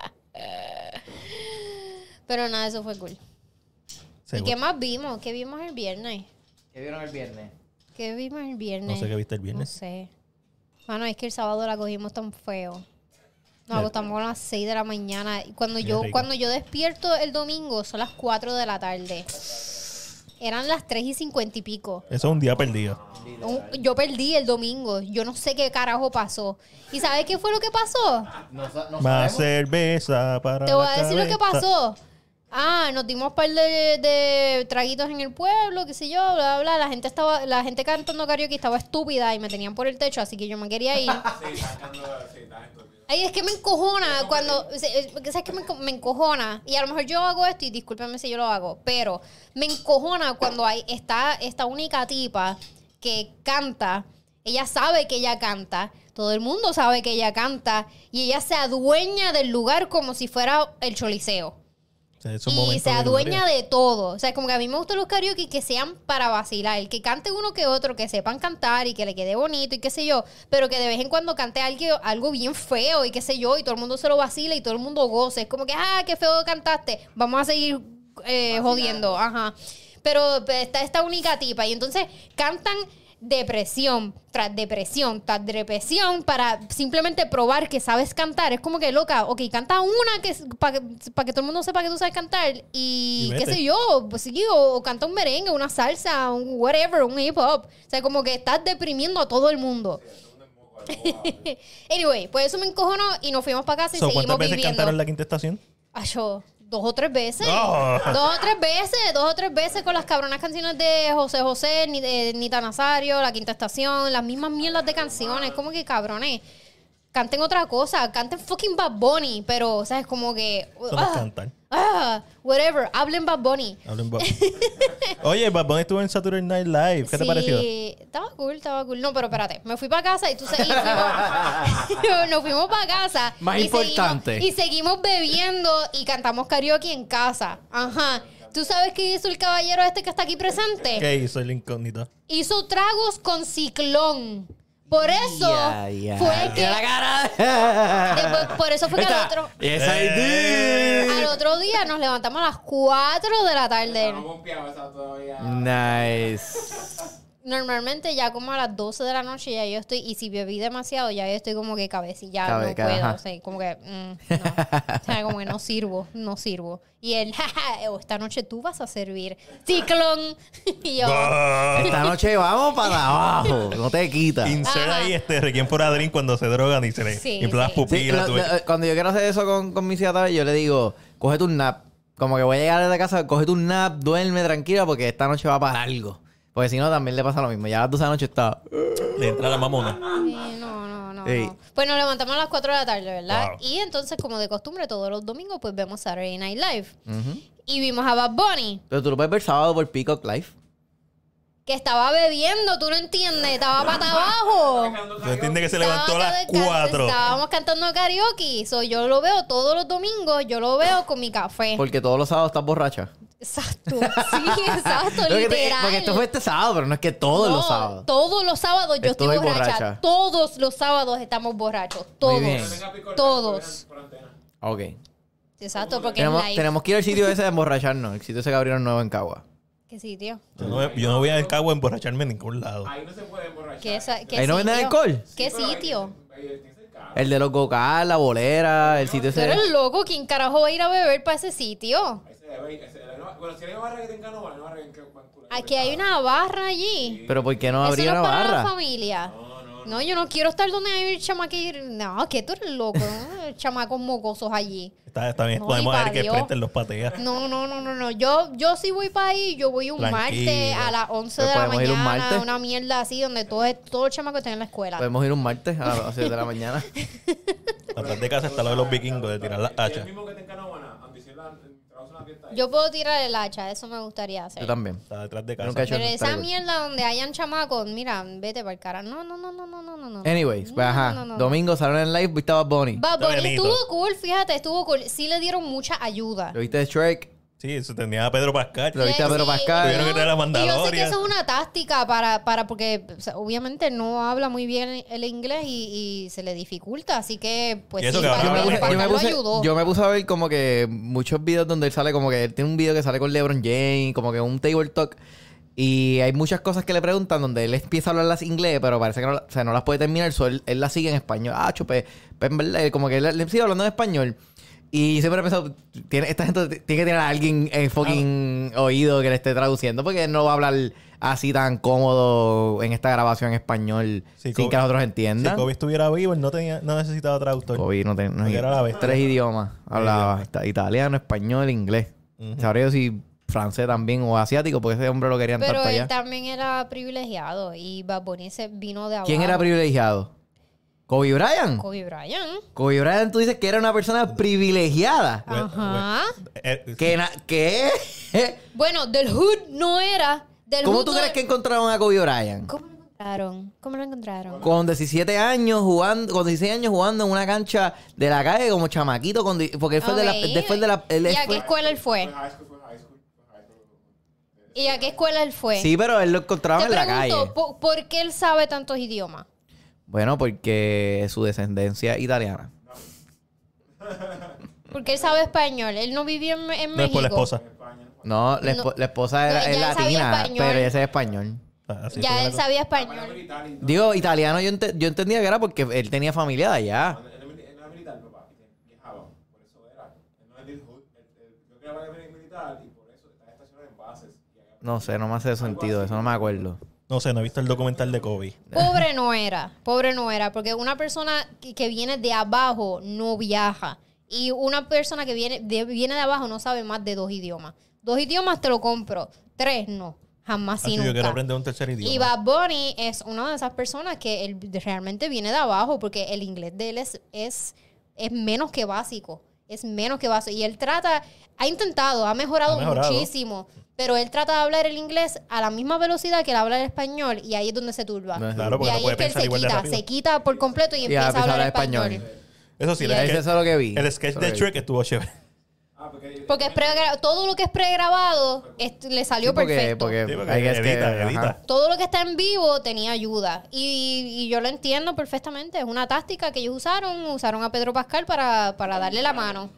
Pero nada, eso fue cool. Seguro. ¿Y qué más vimos? ¿Qué vimos el viernes? ¿Qué vieron el viernes? ¿Qué vimos el viernes? No sé qué viste el No viernes. sé. Bueno, es que el sábado la cogimos tan feo. Nos Ya. acostamos a las seis de la mañana. Y cuando Qué yo, rico. cuando yo despierto el domingo, son las cuatro de la tarde. Eran las tres y cincuenta y pico. Eso es un día perdido. Un- Yo perdí el domingo. Yo no sé qué carajo pasó. ¿Y sabes qué fue lo que pasó? No, sa- no Más sabemos. cerveza para Te voy la a decir lo que cabeza. pasó. Ah, nos dimos un par de, de traguitos en el pueblo, qué sé yo, bla, bla, bla. La gente estaba, la gente cantando karaoke estaba estúpida y me tenían por el techo, así que yo me quería ir. Sí, sacando, sí, estás estúpido. Ay, es que me encojona cuando... se- Porque sabes que me, enco- me encojona. Y a lo mejor yo hago esto y discúlpenme si yo lo hago. Pero me encojona cuando hay está esta única tipa que canta. Ella sabe que ella canta. Todo el mundo sabe que ella canta. Y ella se adueña del lugar como si fuera el Choliseo. O sea, es un Y momento se de adueña gloria. de todo. O sea, como que a mí me gustan los karaoke que sean para vacilar. Que cante uno que otro, que sepan cantar y que le quede bonito y qué sé yo. Pero que de vez en cuando cante algo, algo bien feo y qué sé yo. Y todo el mundo se lo vacila y todo el mundo goce. Es como que, ah, qué feo cantaste. Vamos a seguir eh, jodiendo. Ajá. Pero pues, está esta única tipa. Y entonces cantan depresión tras depresión tras depresión para simplemente probar que sabes cantar. Es como que, loca, ok, canta una que para que, pa que todo el mundo sepa que tú sabes cantar y, Y qué vete. sé yo, pues sí, o, o canta un merengue, una salsa, un whatever, un hip hop. O sea, como que estás deprimiendo a todo el mundo. Anyway, pues eso me encojonó y nos fuimos para casa y So, ¿cuántas seguimos veces viviendo. cantaron la quinta estación? Ay, yo, Dos o tres veces. Oh. Dos o tres veces. Dos o tres veces con las cabronas canciones de José José, ni de Nita Nazario, La Quinta Estación, las mismas mierdas de canciones. Como que cabrones. Canten otra cosa. Canten fucking Bad Bunny. Pero, o sea, es como que. Eso no es cantar. Ah, whatever. Hablen Bad Bunny. Hablen Bad- Oye, Bad Bunny estuvo en Saturday Night Live. ¿Qué te Sí, pareció? estaba cool, estaba cool. No, pero espérate, me fui para casa y tú sabes, y fuimos, nos fuimos para casa. Más y importante. Seguimos, y seguimos bebiendo y cantamos karaoke en casa. Ajá. ¿Tú sabes qué hizo el caballero este que está aquí presente? ¿Qué hizo el incógnito? Hizo tragos con ciclón. Por eso Ya, ya. fue que... ¡Mira la cara! Después, por eso fue que al Esta- otro, esa Eh. idea. al otro día nos levantamos a las cuatro de la tarde. No bombeaba esa todavía. Nice. Normalmente ya como a las doce de la noche ya yo estoy, y si bebí demasiado ya yo estoy como que cabecilla, Cabe- no cabe, puedo, ajá. o sea, como que, mm, no, o sea, como que no sirvo, no sirvo. Y él, jaja, oh, esta noche tú vas a servir ciclón. Y yo, Ah. Esta noche vamos para abajo. No te quitas. Insert Ajá. ahí este Requiem for a Dream cuando se drogan y se le Sí, inflan las sí. Sí, pupilas. lo- tú ves. lo- cuando yo quiero hacer eso con, con mis hijas, yo le digo, cógete un nap. Como que voy a llegar de casa, cógete un nap, duerme tranquila porque esta noche va para algo. Porque si no, también le pasa lo mismo. Ya a las doce de la noche está... Le entra la mamona. sí, no, no, no, Ey. no. Pues nos levantamos a las cuatro de la tarde, ¿verdad? Wow. Y entonces, como de costumbre, todos los domingos pues vemos Saturday Night Live. Ujú. Y vimos a Bad Bunny, Pero tú lo puedes ver sábado por Peacock Live. que estaba bebiendo, tú no entiendes, estaba para abajo. ¿Tú entiendes que se levantó a las Estábamos can- cuatro? Estábamos cantando karaoke. So, yo lo veo todos los domingos, yo lo veo con mi café. Porque todos los sábados estás borracha. Exacto. Sí, exacto, Porque, te- literal. porque esto fue este sábado, pero no es que todos No, los sábados. Todos los sábados yo Estoy estoy borracha. borracha. Todos los sábados estamos borrachos. Todos. bien. Todos. Por antena. Ok. Exacto, porque Tenemos, es live. tenemos que ir al sitio ese de emborracharnos. El sitio ese que abrieron nuevo en Cagua. ¿Qué sitio? Yo no, yo no voy a Cabo a emborracharme en ningún lado. Ahí no se puede emborrachar. ¿Qué, esa- qué ¿Ahí no venden sitio? alcohol? ¿Qué Sí, pero ahí sitio? tiene- ahí tiene cercado. El de los Gocar, la bolera, el sitio Tú ese. eres loco. ¿Quién carajo va a ir a beber para ese sitio? Ahí se debe ir, ese- la- Bueno, si hay una barra que tenga no, una barra que tenga culo. Aquí hay una barra allí. Pero ¿por qué no Eso abrir no una es para la barra? familia. No, yo no quiero estar donde hay chamaquillos. No, que tú eres loco, ¿no? Chamacos mocosos allí. Está, está bien, No, podemos ni ver pa' que Dios. frente los pateas. No, no, no, no, no. Yo, yo sí voy para ahí. Yo voy un Tranquilo. martes a las once Pues de la podemos ir un mañana. martes. Una mierda así donde todos todo los chamacos estén en la escuela. Podemos ir un martes a las siete de la mañana. Atrás de casa está lo de los vikingos de tirar las Y el hachas. mismo que tenga no, buena, aunque si la trabajas una fiesta ahí. Yo puedo tirar el hacha. Eso me gustaría hacer. Yo también. Está detrás de Yo casa. nunca he hecho Pero eso, esa está cool. mierda donde hayan chamacos, mira, vete para el cara. No, no, no, no, no, no, no, no. Anyways, pues No, ajá. no, no, no. Domingo salieron en live, viste a Bad Bunny. Bad Está Bunny bonito. estuvo cool, fíjate, estuvo cool. Sí le dieron mucha ayuda. ¿Lo viste de Shrek? Sí, eso tenía a Pedro Pascal. Lo viste a Pedro Sí, Pascal. Tuvieron que traer a y yo sé que Mandalorian. eso es una táctica para, para porque o sea, obviamente no habla muy bien el inglés y, y se le dificulta, así que pues Y eso sí, que para ahora Pedro habla Pascal yo, me lo puse, ayudó. yo me puse a ver como que muchos videos donde él sale como que él tiene un video que sale con LeBron James, como que un table talk. Y hay muchas cosas que le preguntan donde él empieza a hablar las inglés, pero parece que no, o sea, no las puede terminar, so él, él las sigue en español. Ah, chupe, pues en verdad, como que él, él sigue hablando en español. Y siempre he pensado, tiene, esta gente tiene que tener a alguien en fucking oído que le esté traduciendo, porque él no va a hablar así tan cómodo en esta grabación en español Sí, sin Kobe- que los otros Si entiendan. Kobe estuviera vivo, él no, tenía, no necesitaba traductor. Kobe no tenía Porque era la bestia. tres idiomas. Hablaba ita- italiano, español, inglés. Ujú. Sabría yo si francés también o asiático, porque ese hombre lo querían Pero tanto él allá. también era privilegiado y Bad Bunny se vino de abajo. ¿Quién era privilegiado? ¿Kobe Bryant? Kobe Bryant. Kobe Bryant, tú dices que era una persona privilegiada. Bueno, Ajá. Eh, ¿Qué? na- ¿Qué? Bueno, del hood no era. Del ¿Cómo hood tú no- crees que encontraron a Kobe Bryant? ¿Cómo lo encontraron? ¿Cómo lo encontraron? Con diecisiete años jugando, con dieciséis años jugando en una cancha de la calle como chamaquito, con di- porque él fue de la, Ok. después de la, él ¿Y a fue- qué escuela él fue? Fue high school, fue high school, fue high school. ¿Y a qué escuela él fue? sí, pero él lo encontraba Te en la pregunto, calle. ¿por, por qué él sabe tantos idiomas? Bueno, porque su descendencia italiana. Porque él sabe español. Él no vivía en, en no es México. por la esposa. No, la, espo- No. la esposa era, No, es ya él sabía latina, español. pero ella es español. Ah, así Ya fue él la cosa. sabía Para español. militar y no. Digo, italiano yo, ente- yo entendía que era porque él tenía familia de allá. Él no él no era militar, papá, y viajaba. Por eso era. Él no es del hood. él- él- Yo creo que era militar y por eso está estacionado en bases. Y allá- No sé, no me hace sentido, eso no me acuerdo. No sé, no he visto el documental de Kobe. Pobre no era. Pobre no era. Porque una persona que, que viene de abajo no viaja. Y una persona que viene de, viene de abajo no sabe más de dos idiomas. Dos idiomas te lo compro. Tres no. Jamás y Así nunca. yo quiero aprender un tercer idioma. Y Bad Bunny es una de esas personas que él realmente viene de abajo porque el inglés de él es, es, es menos que básico. Es menos que básico. Y él trata, ha intentado, ha mejorado, Ha mejorado. muchísimo. Pero él trata de hablar el inglés a la misma velocidad que él habla el español y ahí es donde se turba. Claro, Y porque no ahí puede es que él pensar se igual de quita, rápido. se quita por completo y Y empieza a empieza hablar español. Eso sí, Y el ahí- sketch, Eso es lo que vi. el sketch Eso de lo que Shrek estuvo chévere. Ah, porque... Porque es pregra- todo lo que es pregrabado es- le salió Sí, porque, perfecto. porque, Sí, porque hay que- es que- edita, ajá. edita. Todo lo que está en vivo tenía ayuda. Y, y yo lo entiendo perfectamente. Es una táctica que ellos usaron. Usaron a Pedro Pascal para, para darle la mano.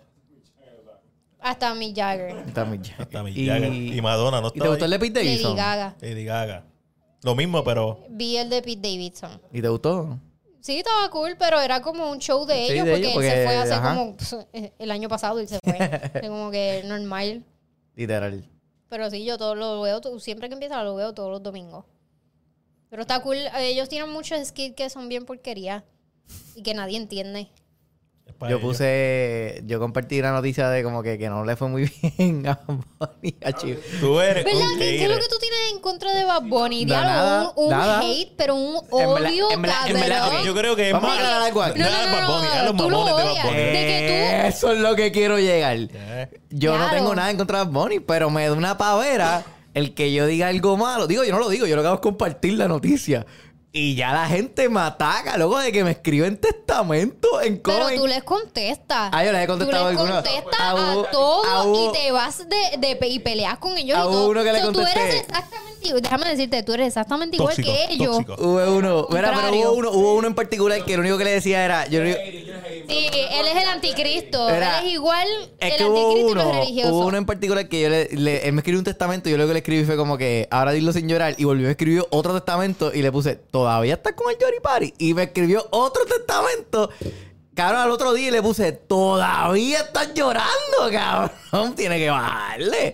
Hasta Mick Jagger. Está muy ya. Hasta Mick Y- Jagger. Y Madonna no ¿Y te estaba gustó el ahí. de Pete Lady Davidson? Gaga. Lady Gaga. Lo mismo, pero... Vi el de Pete Davidson. ¿Y te gustó? Sí, estaba cool, pero era como un show de Sí, ellos de porque ellos, él se porque, fue hace ajá. como pf, el año pasado él se fue. Fue como que normal. Literal. Pero sí, yo todo lo veo, to- siempre que empieza lo veo todos los domingos. Pero está cool. Ellos tienen muchos skits que son bien porquería y que nadie entiende. es para Yo ellos. puse... Yo compartí la noticia de como que, que no le fue muy bien a Bad Bunny, a Chi- Tú eres ¿Verdad? un ¿Qué, qué es lo hater. que tú tienes en contra de Bad Bunny? No, Diablo, nada, un, un nada. hate, pero un En verdad- odio, en verdad- en cabrón. verdad, ok, Yo creo que es Vamos a más... aclarar algo aquí. No, nada no, de no, Bad Bunny, no, a los tú lo mamones de Bad odias. Bunny. De que Eso es lo que quiero llegar. Eh, Yo no Claro. tengo nada en contra de Bad Bunny, pero me da una pavera el que yo diga algo malo. Digo, yo no lo digo, yo lo que hago es compartir la noticia. Y ya la gente me ataca, luego de que me escriben testamento en Pero comment. tú les contestas. Ah, yo les he contestado Tú les alguna- contestas a a, u- todos a u- y te vas de, de pe- y peleas con ellos a y todo. uno que le So, tú contesté. eres exactamente igual. Déjame decirte, tú eres exactamente igual Tóxico, que ellos. tóxico. Hubo uno, mira, pero Contrario. hubo uno, hubo uno en particular que lo único que le decía era... Yo, le- Sí, él es el anticristo. Era- él es igual Es el que hubo anticristo y uno, los religiosos. hubo uno en particular que yo le, le- él me escribió un testamento y yo lo que le escribí fue como que ahora dilo sin llorar y volvió a escribir otro testamento y le puse todavía estás con el Jory Party y me escribió otro testamento. Cabrón, al otro día y le puse todavía estás llorando, cabrón, tiene que bajarle.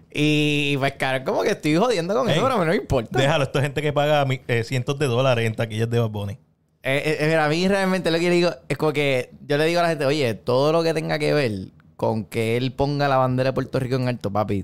Y pues cabrón, como que estoy jodiendo con Ey, eso, pero a mí no me importa. Déjalo, esto es gente que paga mi- eh, cientos de dólares en taquillas de Bad Bunny. Eh, eh, mira, a mí realmente lo que yo le digo es como que yo le digo a la gente, oye, todo lo que tenga que ver con que él ponga la bandera de Puerto Rico en alto, papi,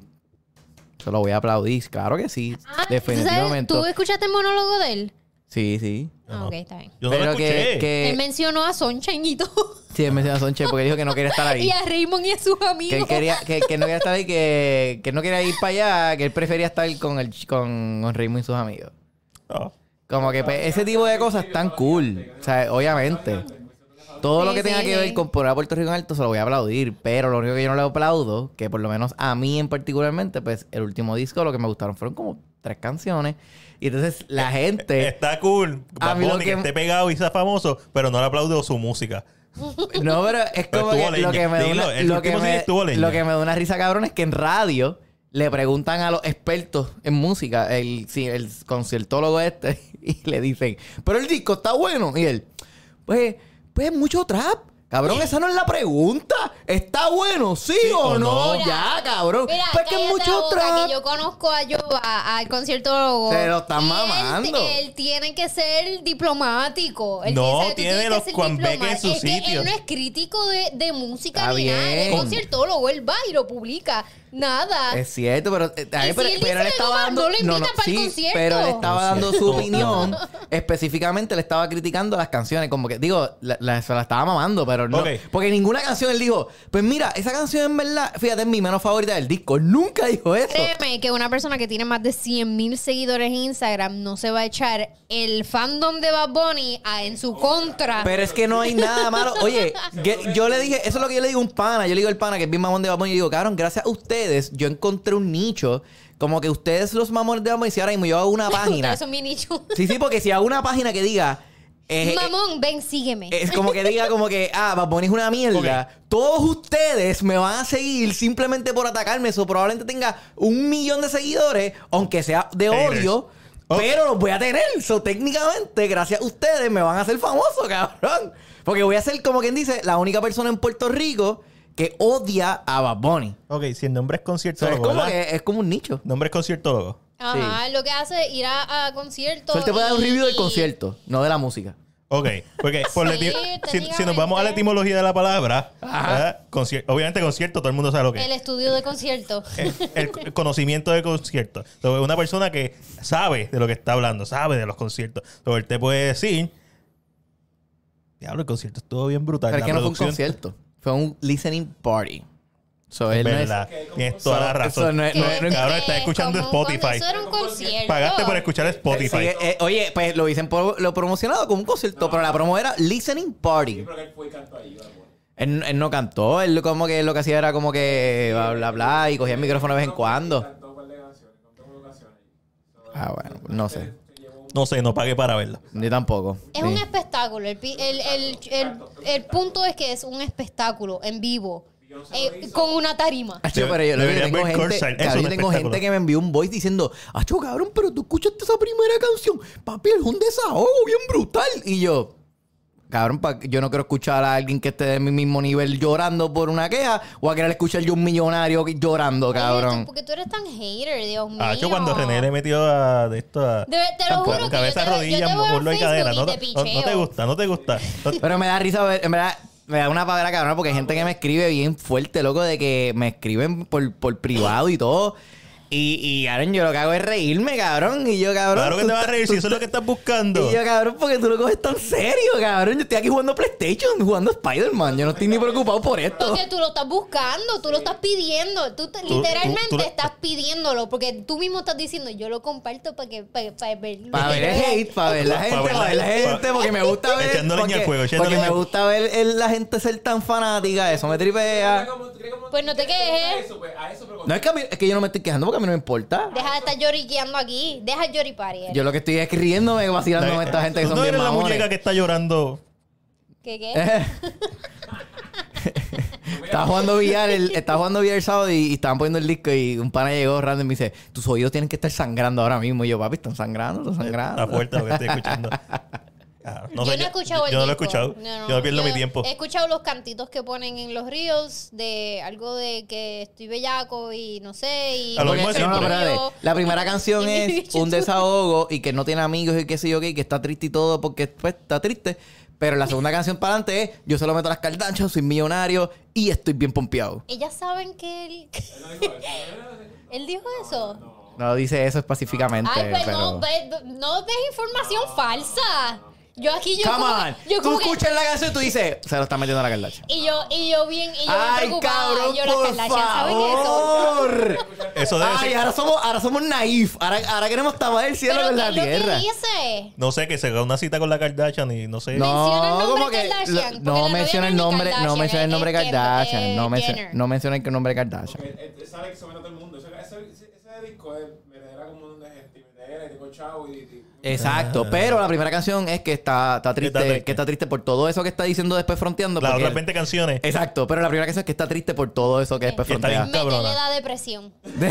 se lo voy a aplaudir. Claro que sí, Ah, definitivamente. ¿tú, sabes- ¿Tú escuchaste el monólogo de él? Sí, sí. Yo Ah, no. ok, está bien. Yo no lo Pero escuché. que, que Él mencionó a Sunshine y todo. sí, él mencionó a Sonche porque dijo que no quería estar ahí. Y a Raymond y a sus Que él amigos. quería, que, que no quería estar ahí, que, que no quería ir para allá, que él prefería estar con el con, con Raymond y sus amigos. No. Como que pues, ese tipo de cosas están cool. O sea, obviamente. Todo lo Sí, que tenga sí, que sí. ver con poner a Puerto Rico en alto se lo voy a aplaudir. Pero lo único que yo no le aplaudo, que por lo menos a mí en particularmente, pues el último disco lo que me gustaron fueron como tres canciones. Y entonces la gente... Está cool. A Bad mí lo Bunny que... que- esté pegado y sea famoso, pero no le aplaudo su música. No, pero es Pero como estuvo que lo leña. que me da Dilo, una, el lo que último sí me, estuvo leña. lo que me da una risa cabrón es que en radio le preguntan a los expertos en música, el, sí, el conciertólogo este, y le dicen, pero el disco está bueno. Y él, pues, pues mucho trap. Cabrón, esa no es la pregunta. ¿Está bueno? ¿Sí, o o no? no. Ya, cabrón. Mira, pues que cállate mucho la boca, trap. que yo conozco a yo a- al conciertólogo. Se lo están Y él- mamando. Él, tiene que ser diplomático. Él No, dice, tú tiene tienes que los ser cuambeques en diplomático. su Es que sitio. él no es crítico de, de música Está ni nada. Él es bien. conciertólogo. Él va y lo publica. Nada. Es cierto, pero, eh, a Y ver, pero, si él pero dice él estaba algo más, dando. no lo invitan para el concierto. pero él estaba dando su Concierto. opinión. Específicamente le estaba criticando las canciones. Como que, digo, la, la- se la estaba mamando, pero no. Ok. Porque ninguna canción él dijo, pues mira, esa canción en verdad, fíjate, es mi menos favorita del disco. Él nunca dijo eso. Créeme que una persona que tiene más de cien mil seguidores en Instagram no se va a echar el fandom de Bad Bunny a- en su contra. Pero es que no hay nada malo. Oye, que yo le dije, eso es lo que yo le digo a un pana. Yo le digo al pana que es bien mamón de Bad Bunny. Y digo, cabrón, gracias a ustedes, yo encontré un nicho. Como que ustedes, los mamones de Bad Bunny, si ahora mismo yo hago una página. Eso es mi nicho. Sí, sí, porque si hago una página que diga. eh, Mamón, ven, sígueme. Es como que diga como que, ah, Bad Bunny es una mierda. Todos ustedes me van a seguir simplemente por atacarme. Eso probablemente tenga un millón de seguidores, aunque sea de Haters. odio. Ok. Pero los voy a tener. So, técnicamente, gracias a ustedes, me van a hacer famoso, cabrón. Porque voy a ser, como quien dice, la única persona en Puerto Rico que odia a Bad Bunny. Ok, si el nombre es So, es, conciertólogo, como ¿verdad? que, es como un nicho. Nombre es conciertólogo. Ajá, lo que hace es ir a, a conciertos. So, él te puede dar un y- review del y- concierto, no de la música. Ok, porque por la Sí, eti- si, si nos técnicamente. vamos a la etimología de la palabra, ¿verdad? Concier- obviamente concierto, todo el mundo sabe lo que El es. estudio de concierto. El, el- el conocimiento de concierto. Entonces, una persona que sabe de lo que está hablando, sabe de los conciertos. Entonces, él te puede decir, diablo, el concierto estuvo bien brutal. Pero es La que no fue un producción- concierto. Fue un listening party. So, Es él no es- verdad. Tienes toda la So- razón. so no es- no es- no es- Cabrón, estás escuchando Como un con- Spotify. Eso era un concierto. Pagaste por escuchar Spotify. Sí, eh, oye, pues lo dicen por, lo promocionado como un concierto, pero la promo era listening party. Sí, pero que él fue y cantó ahí, ¿verdad? Él, él no cantó, él como que lo que hacía era como que bla bla bla y cogía el micrófono de vez en cuando. Cantó un par de canciones, cantó un par de canciones. So, Ah, bueno, no sé. se llevó un- No sé, no pagué para verlo. Ni tampoco. Es Sí. un espectáculo. El, pi- el, el, el, el punto es que es un espectáculo en vivo. eh, con una tarima. Acho, pero yo, lo que Debería tengo ver gente, Courtside. Eso cabrón, es yo un tengo espectáculo. gente que me envió un voice diciendo, Acho, cabrón, pero tú escuchaste esa primera canción. Papi, es un desahogo bien brutal. Y yo, cabrón, pa- yo no quiero escuchar a alguien que esté de mi mismo nivel llorando por una queja o a querer escuchar yo un millonario llorando, Oye, cabrón. tú- porque tú eres tan hater, Dios mío. Ah, yo cuando René le metió a de esto a De- te lo juro que cabeza, yo te- yo rodillas, te veo en muslo y cadera. No, Facebook y no- te no te picheo. gusta, no te gusta. No te- Pero me da risa ver, en verdad, me da una pavera cabrón porque hay gente que me escribe bien fuerte, loco, de que me escriben por, por privado y todo. Y, y, cabrón, yo lo que hago es reírme, cabrón. Y yo, cabrón. Claro que tú te vas a estás- reír tú si eso es lo que estás buscando. Y yo, cabrón, porque tú lo coges tan serio, cabrón. Yo estoy aquí jugando PlayStation, jugando Spider-Man. Yo no estoy ni preocupado por esto. Porque tú lo estás buscando, tú lo estás pidiendo. Tú te- Tú- literalmente tú- tú- estás pidiéndolo. Porque tú mismo estás diciendo, yo lo comparto para que para, para ver. Para ver el hate, para ver la gente, para ver la gente, porque me gusta ver. Echándole leña Porque, al fuego, echándole porque me leña. gusta ver el- la gente ser tan fanática, eso me tripea. Pues no te quejes. Eso, pues, a eso, pero No es que, a mí- es que yo no me estoy quejando porque a mí no me importa. Deja de estar lloriqueando aquí. Deja el lloripari. Yo lo que estoy es riéndome, vacilándome con esta gente que Tú son no bien eres la mamones. muñeca que está llorando. ¿Qué qué? Eh. Estaba jugando billar el, estaba jugando billar el sábado y, y estaban poniendo el disco y un pana llegó random y me dice, tus oídos tienen que estar sangrando ahora mismo. Y yo, papi, están sangrando, están sangrando. Está fuerte lo que estoy escuchando. Ah, no yo sé, no he escuchado el yo no lo he disco. escuchado. yo no pierdo yo mi tiempo. He escuchado los cantitos que ponen en los reels de algo de que estoy bellaco y no sé. Y A lo Porque- mismo de no, no, siempre. espérate. La primera canción Y mi es bicho un desahogo y que no tiene amigos y qué sé yo qué, y que está triste y todo porque pues, está triste. Pero la segunda canción para adelante es yo solo meto las Kardashian, soy millonario y estoy bien pompeado. Ellas saben que él... ¿Él dijo eso? No dice eso específicamente, Ay, pues pero... no, ve- no des información falsa. Yo aquí, yo Come como, on. yo Tú como que- escuchas la canción y tú dices, se lo está metiendo a la Kardashian. y yo, y yo bien, y yo bien Ay, preocupada. cabrón, yo, las por Kardashian, ¿saben eso? favor. Eso debe Ay, ser. ahora somos, ahora somos naif. Ahora, ahora queremos tapar el cielo Pero con ¿qué la es lo tierra. que dice? No sé, que se haga una cita con la Kardashian y no sé. Menciona el nombre como que Kardashian, lo- porque la no novia menciona el no es ni nombre, no Kardashian, menciona el es- nombre es Kendall, Kardashian, es no menciona, Jenner. no menciona el nombre Kardashian. Él, él sabe que se mete a todo el mundo. Ese, ese, ese, ese disco es metedera como un montón de gente. Metedera y tipo chavo y... y Exacto, pero la primera canción es que está, está triste, Está triste. que está triste por todo eso que está diciendo después fronteando. Las porque- otras veinte canciones. Exacto, pero la primera canción es que está triste por todo eso que después Que está frontea. bien cabrona. Me le da depresión.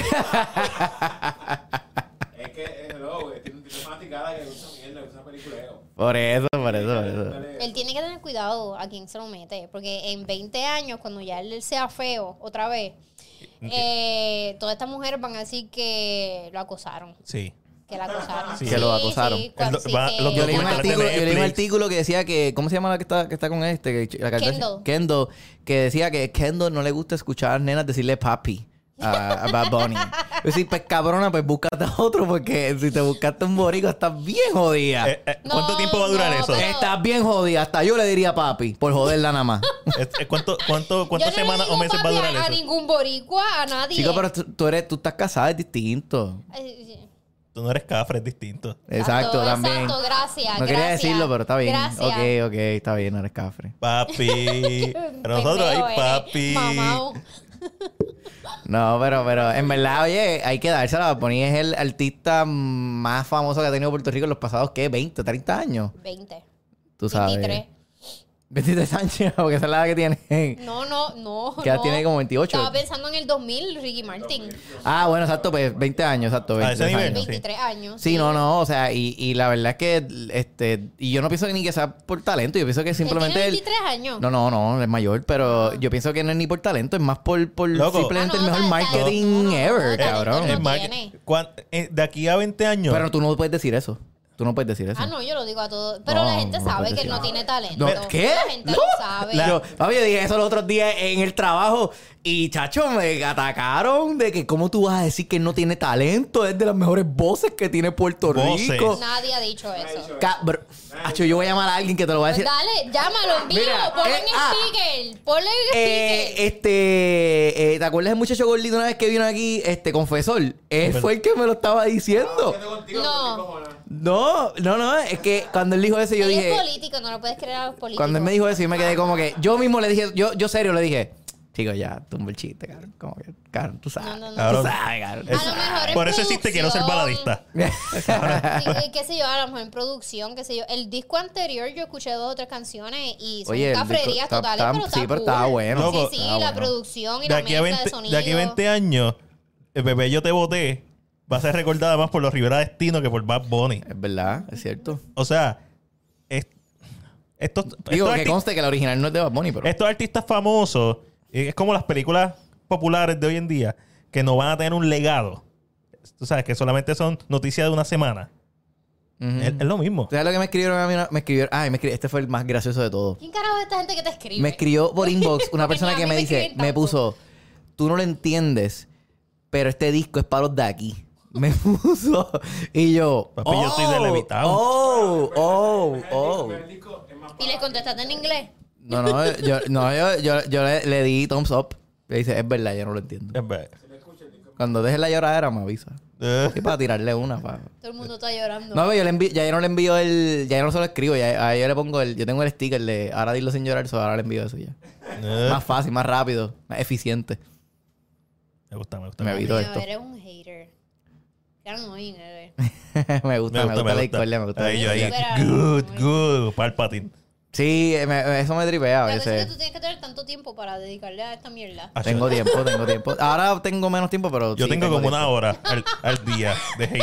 es que, eh, hello, güey, tiene tiene fanaticada que le gusta mierda, le gusta peliculeo. Por eso, por eso, por eso. Él tiene que tener cuidado a quién se lo mete, porque en veinte años, cuando ya él sea feo otra vez, eh, todas estas mujeres van a decir que lo acosaron. Sí. Que la acosaron. Sí. Que lo acosaron. cual- El do- sí, va- que- los Yo leí, un documentales de artículo, yo leí un Netflix. artículo que decía que... ¿Cómo se llama la que está, que está con este? Que, la Kardashian? Kendall. Kendall. Que decía que Kendall no le gusta escuchar a nenas decirle papi a, a Bad Bunny. Yo decía, pues cabrona, pues búscate a otro porque si te buscaste un borico estás bien jodida. Eh, eh, ¿Cuánto No, tiempo va a durar no, eso? pero- Estás bien jodida. Hasta yo le diría papi por joderla nada más. Es- es ¿Cuánto, cuánto, Yo ¿Cuántas no le semanas o digo meses va a papi durar a eso? ningún boricua, a nadie. Chico, pero tú, tú eres, tú estás casada, es distinto. Eh, Tú no eres cafre, es distinto. Exacto, también. Exacto, gracias. No quería gracias, decirlo, pero está bien. Gracias. Ok, ok, está bien, no eres cafre. Papi. Pero nosotros ahí, Pendejo eres, papi. mamao. No, pero, pero en verdad, oye, hay que dársela. Bad Bunny es el artista más famoso que ha tenido Puerto Rico en los pasados, ¿qué? veinte, treinta años. veinte. Tú sabes. veintitrés. veintitrés años, porque esa es la edad que tiene. No, no, no. Que ya no. tiene como veintiocho. Estaba pensando en el dos mil, Ricky Martin. Ah, bueno, exacto, pues veinte años, exacto. A ese veintitrés nivel. años. veintitrés años. Sí, no, no, o sea, y, y la verdad es que, este, y yo no pienso ni que sea por talento, yo pienso que simplemente Él él... tiene veintitrés años. No, no, no, es mayor, pero yo pienso que no es ni por talento, es más por, por Loco. simplemente Ah, no, el mejor tal- tal- marketing no, no, no, ever, talento cabrón. no Es más, tiene. cuan- eh, de aquí a veinte años. Pero tú no puedes decir eso. Tú no puedes decir eso. Ah, no, yo lo digo a todos. Pero No, la gente no sabe puedes que él decir no tiene talento. No, ¿qué? La gente No. lo sabe. La- Yo, papi, yo dije eso los otros días en el trabajo y, chacho, me atacaron de que cómo tú vas a decir que él no tiene talento. Es de las mejores voces que tiene Puerto Voces. Rico. Nadie ha dicho Nadie ha eso. dicho Ca- bro, Acho, yo voy a llamar a alguien que te lo va a Pues decir. dale, llámalo en vivo. Mira, Ponle eh, en ah. speaker. Ponle en Eh, speaker. este, eh, ¿te acuerdas del muchacho gordito una vez que vino aquí, este, confesor? Él fue el que me lo estaba diciendo. Contigo, No. contigo, cojones. No, no, no, es que cuando él dijo eso yo Él dije... es político, no lo puedes creer a los políticos. Cuando él me dijo eso, yo me quedé como que... Yo mismo le dije... Yo, yo serio le dije... Chico, ya, tumba el chiste, cabrón. Como que, cabrón, tú sabes. No, no, no. Tú Cabrón. sabes, cabrón. A lo mejor en Por eso existe Quiero ser producción. baladista. Sí, eh, qué sé yo, a lo mejor en producción, qué sé yo. El disco anterior yo escuché dos o tres canciones y son Oye, el cafrerías disco está- totales, está- pero está sí, pero cool. estaba bueno. Loco, Sí, sí, estaba la bueno. producción y De la aquí, a mezcla de veinte, sonido. de aquí a veinte años, el bebé Yo Te Boté va a ser recordada más por los Rivera Destino que por Bad Bunny. Es verdad, es cierto. O sea, es- estos, Digo, estos, que arti- conste que la original no es de Bad Bunny, pero... estos artistas famosos, eh, es como las películas populares de hoy en día, que no van a tener un legado. Tú sabes, que solamente son noticias de una semana. Ujú. Es, es lo mismo. ¿Sabes lo que me escribieron a mí? Una- Me escribieron... Ay, me escribieron... Este fue el más gracioso de todo. ¿Quién carajo es esta gente que te escribe? Me escribió por inbox una Porque persona ni a que mí me me dice... escriben Me tanto. puso... Tú no lo entiendes, pero este disco es para los de aquí. Me puso... Y yo... Papi, yo soy de Levitown. Oh, oh, oh. El disco es más ¿Y les contestaste en inglés? No, no, yo, no, yo, yo, yo le, le di thumbs up. Le dice, es verdad, yo no lo entiendo. Es verdad. Cuando deje la lloradera, me avisa. Eh, Y para tirarle una. Pa. Todo el mundo está llorando. No, pero yo le envío, ya yo no le envío el... Ya yo no se lo escribo. Ya, a yo le pongo el... Yo tengo el sticker de... Ahora dilo sin llorar, so ahora le envío eso ya. eh. Más fácil, más rápido, más eficiente. Me gusta, me gusta. Me me evito gusta. esto. Eres un hater. Qué annoying eres. me gusta, me gusta, la discordia, me gusta. Ahí yo ahí. Espera. Good, good. Palpatine. Sí, me- eso me tripea a La cosa es que veces. tú tienes que tener tanto tiempo para dedicarle a esta mierda. Ah, Tengo tiempo, tengo tiempo. Ahora tengo menos tiempo, pero Yo sí, tengo como tiempo. una hora al, al día de hate.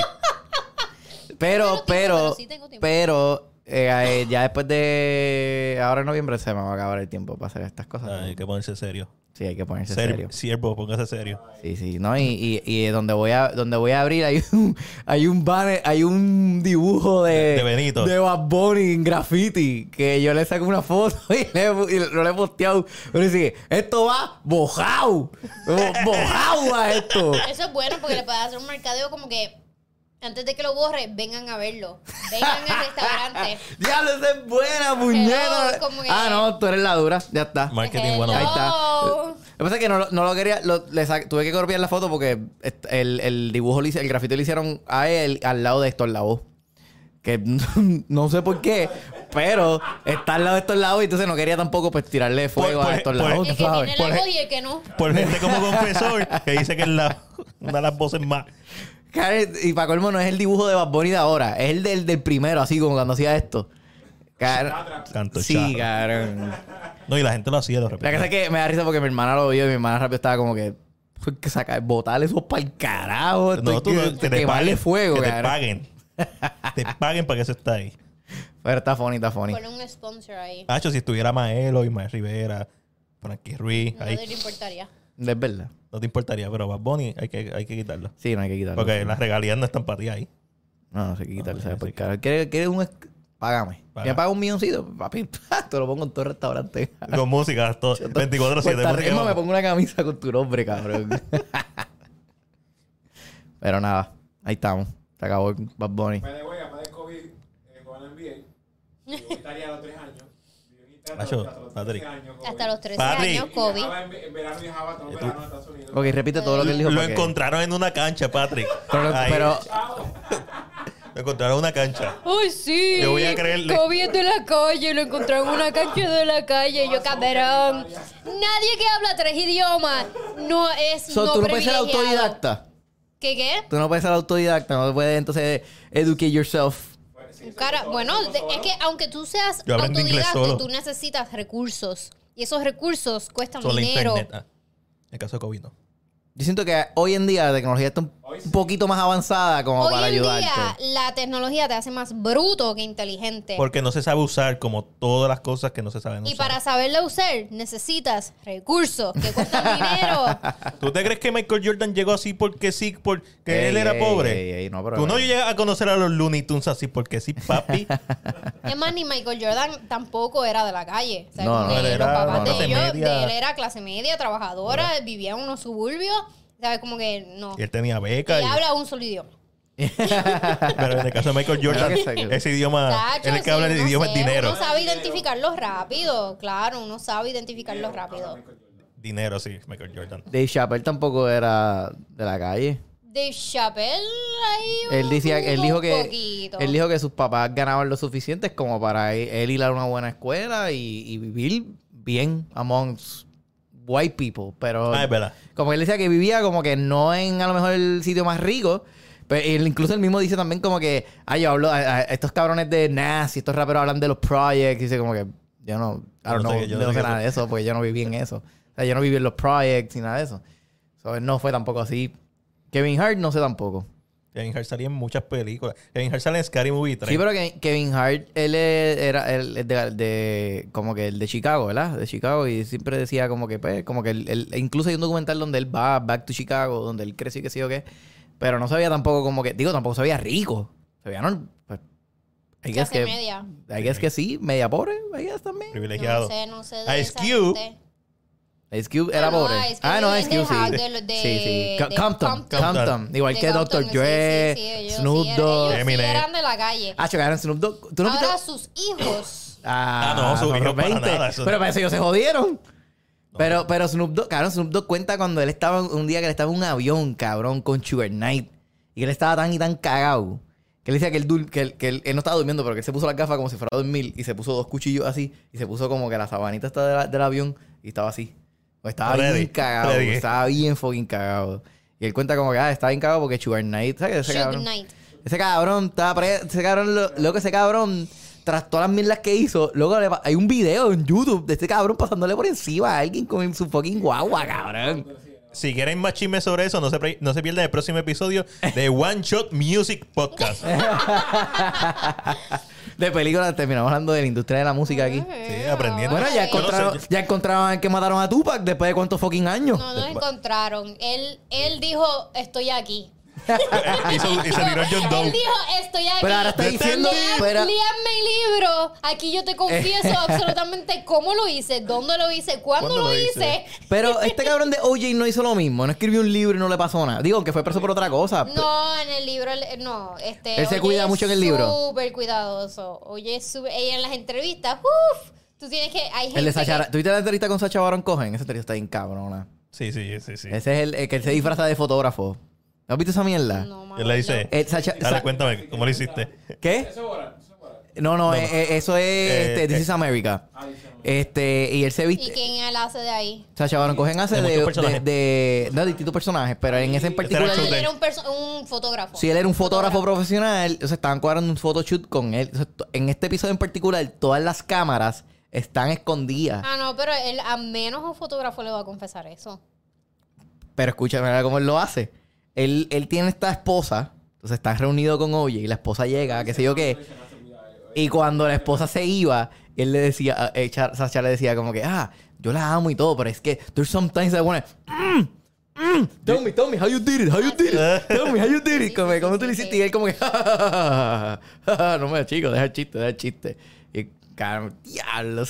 Pero, Menos tiempo, pero, pero sí tengo tiempo. pero, eh, eh, ya después de ahora en noviembre se me va a acabar el tiempo para hacer estas cosas. Ay, hay que ponerse serio. Sí, hay que ponerse Ser- serio. Siervo, póngase serio. Sí, sí, no, y, y, y donde voy a, donde voy a abrir hay un, hay un banner, hay un dibujo de, De Benito. de Bad Bunny en graffiti, que yo le saco una foto y, le, y no le he posteado. Pero dice, esto va bojao, bojao va esto. Eso es bueno porque le puedes hacer un mercadeo como que antes de que lo borre, vengan a verlo. Vengan al restaurante. Diablo, esa es buena, puñeta. Hello, como que- Ah, no, tú eres la dura, ya está. Marketing bueno. Hello. Ahí está. Lo que pasa es que no, lo- no lo quería, lo- le sa- tuve que copiar la foto porque est- el, el dibujo, lo hice- el grafito lo hicieron a él al lado de Héctor Lavoe. Que no sé por qué, pero está al lado de Héctor Lavoe y entonces no quería tampoco pues tirarle fuego por- a Héctor por- Lavoe, El tú que sabes. tiene Por la ej- voz y el que no. Por gente como confesor, que dice que es la, una de las voces más. Karen, y para colmo no es el dibujo de Bad Bunny de ahora, es el del, del primero, así como cuando hacía esto. Karen- Canto sí, charro. cabrón. No, y la gente lo hacía, lo La repito. cosa es que me da risa porque mi hermana lo vio y mi hermana rápido estaba como que... Hay que sacar, botarle eso para el carajo. No, tú no, que te quemarle paguen. fuego, que te cabrón. paguen. Te paguen para que eso esté ahí. Pero está funny, está funny. Ponle un sponsor ahí. Hacho, si estuviera Maelo, Ismael Rivera, Frankie Ruiz, No ahí, te importaría. Es verdad. no te importaría, pero Bad Bunny hay que, hay que quitarlo. Sí, no hay que quitarlo. Porque las regalías no están para ti ahí. No, no hay que quitarlo. No, ¿sabes? sí, Por sí. carajo. ¿Quieres, quieres un... esc- Págame. Paga. Me paga un milloncito, papi. Te lo pongo en todo restaurante. Con música, todo, veinticuatro siete. Puerta música Rico me vamos. pongo una camisa con tu nombre, cabrón. Pero nada, ahí estamos. Se acabó el Bad Bunny. Me de huella, más de COVID, eh, con el N B A. Vivió en Italia a los tres años. Vivió en Italia Macho, hasta los Patrick. trece años. Hasta los trece Patrick. años, COVID. Viajaba en, en verano viajaba todo el verano a Estados Unidos. Ok, repite todo lo que él dijo. Lo para que- encontraron en una cancha, Patrick. Pero, Ahí. pero Lo encontraron en una cancha. ¡Ay, sí! Yo voy a creerle. COVID es de la calle, lo encontraron en una cancha de la calle. Yo, cabrón. Nadie que habla tres idiomas no es so, no tú no puedes ser privilegiado. autodidacta. ¿Qué qué? Tú no puedes ser autodidacta. No puedes entonces educate yourself. Cara, bueno, de- es que aunque tú seas Yo aprendí inglés autodidacta, solo. tú necesitas recursos. Y esos recursos cuestan Solo dinero. internet. Ah, en caso de COVID, no. Yo siento que hoy en día la tecnología está un un poquito más avanzada como para Hoy en ayudarte. día la tecnología te hace más bruto que inteligente. Porque no se sabe usar como todas las cosas que no se saben Y usar. para saberla usar necesitas recursos que cuestan dinero. ¿Tú te crees que Michael Jordan llegó así porque sí, porque Ey, él era ey, pobre? ey, ey, no, pero- Tú no llegas a conocer a los Looney Tunes así porque sí, papi. Es más, ni Michael Jordan tampoco era de la calle. O sea, No, como no, que él los era papás de clase ellos, media. de él era clase media, trabajadora, vivía en unos suburbios. ¿Sabes? Como que no. Y él tenía beca. Y y- habla un solo idioma. Pero en el caso de Michael Jordan, Creo que sí. ese idioma, Tacho, él es que habla sí, el no idioma sé, es dinero. Uno sabe identificarlo rápido. Claro, uno sabe identificarlo rápido. Dinero, sí, Michael Jordan. Dave Chappelle tampoco era de la calle. Dave Chappelle ahí Él decía, él un dijo que poquito. él dijo que sus papás ganaban lo suficiente como para él, él ir a una buena escuela y, y vivir bien amongst white people, pero Ah, es verdad. como que él decía que vivía como que no en a lo mejor el sitio más rico, pero él, incluso él mismo dice también como que, ah, yo hablo, a, a estos cabrones de Nas y estos raperos hablan de los projects y dice como que yo no, I don't No sé know, qué- yo yo no no sé sé qué nada de eso porque yo no viví en eso. O sea, yo no viví en los projects ni nada de eso. So, él no fue tampoco así. Kevin Hart no sé tampoco. Kevin Hart salía en muchas películas. Kevin Hart sale en Scary Movie tres. Sí, pero que Kevin Hart, él es- era él es de, de- como que el de Chicago, ¿verdad? De Chicago y siempre decía como que, pues, como que él, él- incluso hay un documental donde él va back to Chicago, donde él creció y qué sé yo qué, pero no sabía tampoco como que, digo, tampoco sabía rico. Sabía, no, pues, I guess Clase que, media. I guess que sí, media pobre, I guess también. Privilegiado. No sé, no sé de Ice esa Cube. gente. Ice Cube era No, no, pobre. Ice Cube Ah, no, es Ice Cube de- sí. de- de- sí, sí. Co- de Compton, Compton. Compton. Igual De que Compton, doctor sí, Dre, sí, sí, ellos Snoop sí eran- Dogg. ellos sí Eminem. eran de la calle. Ah, chocaron Snoop Dogg. ¿Tú no viste? Ahora sus hijos. Ah, Ah, no, sus son hijos los para veinte. nada, eso- Pero para eso ellos se jodieron. Pero, pero Snoop Dogg, cabrón, Snoop Dogg cuenta cuando él estaba un día que él estaba en un avión, cabrón, con Sugar Knight. Y que él estaba tan y tan cagado. Que él decía que él, dur- que él, que él, él no estaba durmiendo, pero que él se puso las gafas como si fuera a dormir. Y se puso dos cuchillos así. Y se puso como que la sabanita está de la- del avión. Y estaba así. O estaba Ready, bien cagado. ready. Estaba bien fucking cagado. Y él cuenta como que, ah, estaba bien cagado porque Sugar Knight, ¿sabes? Ese Suge cabrón. Knight. Ese cabrón estaba pre... Ese cabrón, lo, loco, ese cabrón, tras todas las mierdas que hizo, luego le pa- hay un video en YouTube de este cabrón pasándole por encima a alguien con su fucking guagua, cabrón. Si quieren más chismes sobre eso, no se, pre- no se pierdan el próximo episodio de One Shot Music Podcast. De películas, terminamos hablando de la industria de la música aquí. Sí, aprendiendo. Bueno, ya Yo no encontraron, sé, ya encontraron al que mataron a Tupac después de cuántos fucking años. No nos encontraron. Él, él dijo, estoy aquí. hizo, y se tiró John Él Doe. dijo, estoy aquí. Pero ahora está diciendo... Lean- pero- Léanme el libro. Aquí yo te confieso absolutamente cómo lo hice, dónde lo hice, cuándo ¿Cuándo lo lo hice. Pero este cabrón de O J no hizo lo mismo. No escribió un libro y no le pasó nada. Digo, que fue preso por otra cosa. No, en el libro, él- no. Este, Él se Oye cuida es mucho en el libro. Súper cuidadoso. Oye, es súper- ella en las entrevistas, uff, tú tienes que, hay gente El de Sacha... que- ¿Tú viste la entrevista con Sacha Baron Cohen? Esa entrevista está bien cabrona. Sí, sí, sí, sí. Ese es el, el que él se disfraza de fotógrafo. ¿No has visto esa mierda? No, Él le dice, Eh, Sacha- dale, Sa- cuéntame, ¿cómo lo hiciste? ¿Qué? Eso es Borat, eso es Borat. No, no, No, eh, no. eh, eso es Eh, este, This eh. is America. Ah, dice, no. Este, y él se ¿Y viste. quién él hace de ahí? Sacha Baron Cohen hace De de, muchos de, personajes. de- no, de distintos personajes, pero en ese en Este era particular. Shooter. Él era un, perso- un fotógrafo. Si él era un fotógrafo profesional, o sea, estaban cuadrando un photoshoot con él. O sea, to- en este episodio en particular, todas las cámaras están escondidas. Ah, no, pero él a menos un fotógrafo le va a confesar eso. Pero escúchame mira cómo él lo hace. Él, él tiene esta esposa, entonces está reunido con Oye y la esposa llega, qué sé yo qué. Y cuando la esposa se iba, él le decía, eh, Cha- Sacha le decía como que, ah, yo la amo y todo, pero es que there's sometimes I wanna, mm, mm, tell me, tell me how you did it, how you did it, tell me how you did it, como, ¿cómo tú lo hiciste? Y él como que, ja, ja, ja, ja, ja, no me chico, deja el chiste, deja el chiste. Y, caramba, diablos.